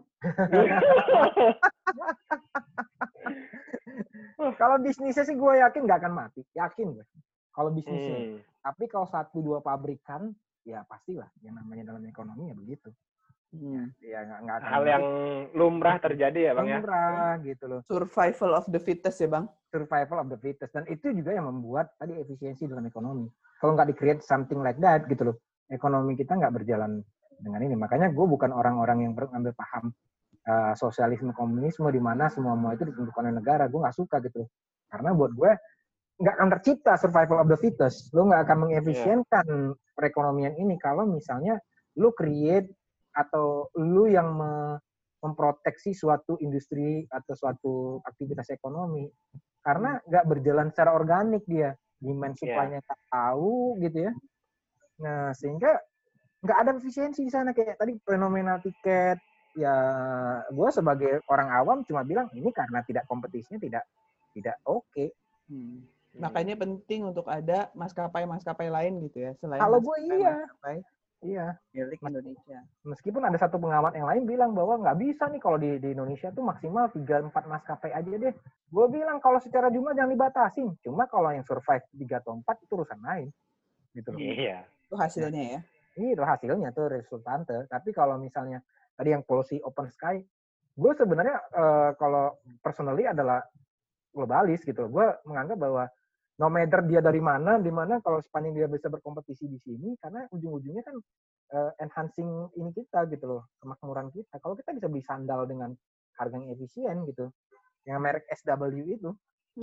Kalau bisnisnya sih gue yakin nggak akan mati. Yakin gue. Kalau bisnisnya. Tapi kalau 1-2 pabrikan, ya pastilah. Yang namanya dalam ekonomi ya begitu. Ya nggak akan hal yang lumrah terjadi ya Bang ya. Lumrah gitu loh. Survival of the fittest ya Bang. Survival of the fittest. Dan itu juga yang membuat tadi efisiensi dalam ekonomi. Kalau nggak di-create something like that gitu loh. Ekonomi kita nggak berjalan dengan ini. Makanya gue bukan orang-orang yang mengambil paham sosialisme komunisme di mana semua itu ditentukan oleh negara. Gue nggak suka gitu loh. Karena buat gue nggak akan tercipta survival of the fittest. Lo nggak akan mengefisienkan perekonomian ini kalau misalnya lo create atau lu yang memproteksi suatu industri atau suatu aktivitas ekonomi karena nggak berjalan secara organik dia, demand supply-nya tak tahu gitu ya. Nah sehingga nggak ada efisiensi di sana kayak tadi fenomena tiket ya. Gue sebagai orang awam cuma bilang ini karena tidak kompetisinya tidak oke. Makanya penting untuk ada maskapai lain gitu ya selain kalau gue Iya, milik Indonesia. Meskipun ada satu pengamat yang lain bilang bahwa nggak bisa nih kalau di Indonesia tuh maksimal 3-4 maskapai aja deh. Gue bilang kalau secara jumlah jangan dibatasin. Cuma kalau yang survive 3 atau 4 itu urusan lain. Gitu loh. Iya. Itu hasilnya ya? Iya, itu hasilnya tuh resultante. Tapi kalau misalnya tadi yang policy open sky, gue sebenarnya kalau personally adalah globalis gitu loh. Gue menganggap bahwa No matter dia dari mana, di mana kalau sepanjang dia bisa berkompetisi di sini, karena ujung-ujungnya kan enhancing ini kita gitu loh, kemakmuran kita. Kalau kita bisa beli sandal dengan harga yang efisien gitu, yang merek SW itu.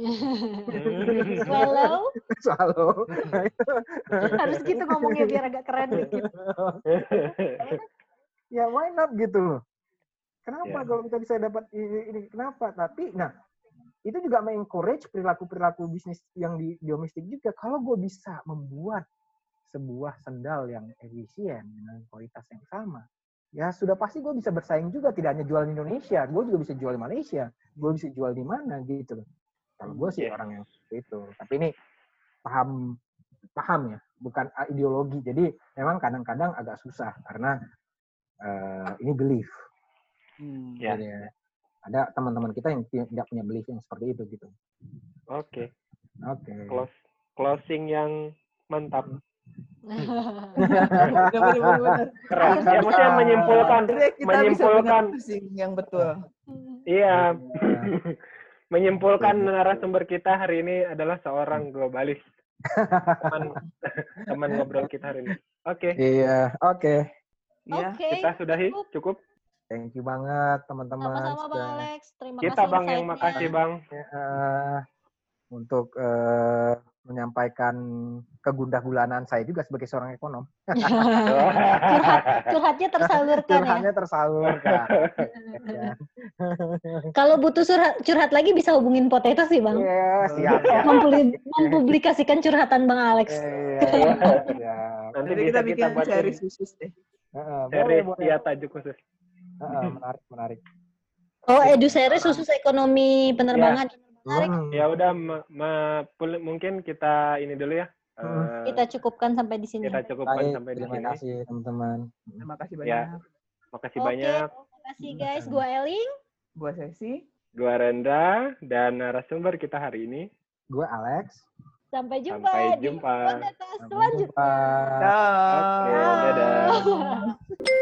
Swallow. Harus gitu ngomongnya biar agak keren dikit. Ya why not gitu loh. Kenapa kalau kita bisa dapat ini? Kenapa? Tapi, nah, itu juga mengencourage perilaku-perilaku bisnis yang di domestik juga. Kalau gue bisa membuat sebuah sendal yang efisien dengan kualitas yang sama, ya sudah pasti gue bisa bersaing juga. Tidak hanya jual di Indonesia, gue juga bisa jual di Malaysia. Gue bisa jual di mana gitu loh. Kalau gue sih orang yang seperti itu. Tapi ini paham ya, bukan ideologi. Jadi memang kadang-kadang agak susah karena ini belief. Jadi, ada teman-teman kita yang tidak punya belief yang seperti itu gitu. Oke. Closing yang mantap. Keren. Ya maksudnya menyimpulkan yang betul. Iya. Menyimpulkan narasumber kita hari ini adalah seorang globalis. Teman ngobrol kita hari ini. Oke. Iya, oke. Kita sudahi, cukup. Thank you banget teman-teman. Sama-sama Bang Alex. Terima kasih. Kita Bang yang makasih Bang. Untuk menyampaikan kegundah-gulanan saya juga sebagai seorang ekonom. Curhatnya tersalurkan. Curhatnya tersalurkan. Kalau butuh curhat lagi bisa hubungin Potato sih Bang. Iya, siap. Mempublikasikan curhatan Bang Alex. Iya. Nanti kita bikin series khusus deh. Series tajuk khusus. Menarik. Oh, edu series khusus ekonomi penerbangan. Menarik. Ya udah, mungkin kita ini dulu ya. Kita cukupkan sampai di sini. Terima kasih teman-teman. Terima kasih banyak. Ya, makasih banyak. Terima kasih guys. Gua Eling. Gua Sesi. Gua Rendra. Dan narasumber kita hari ini. Gua Alex. Sampai jumpa. Di podcast selanjutnya. Oke, dadah.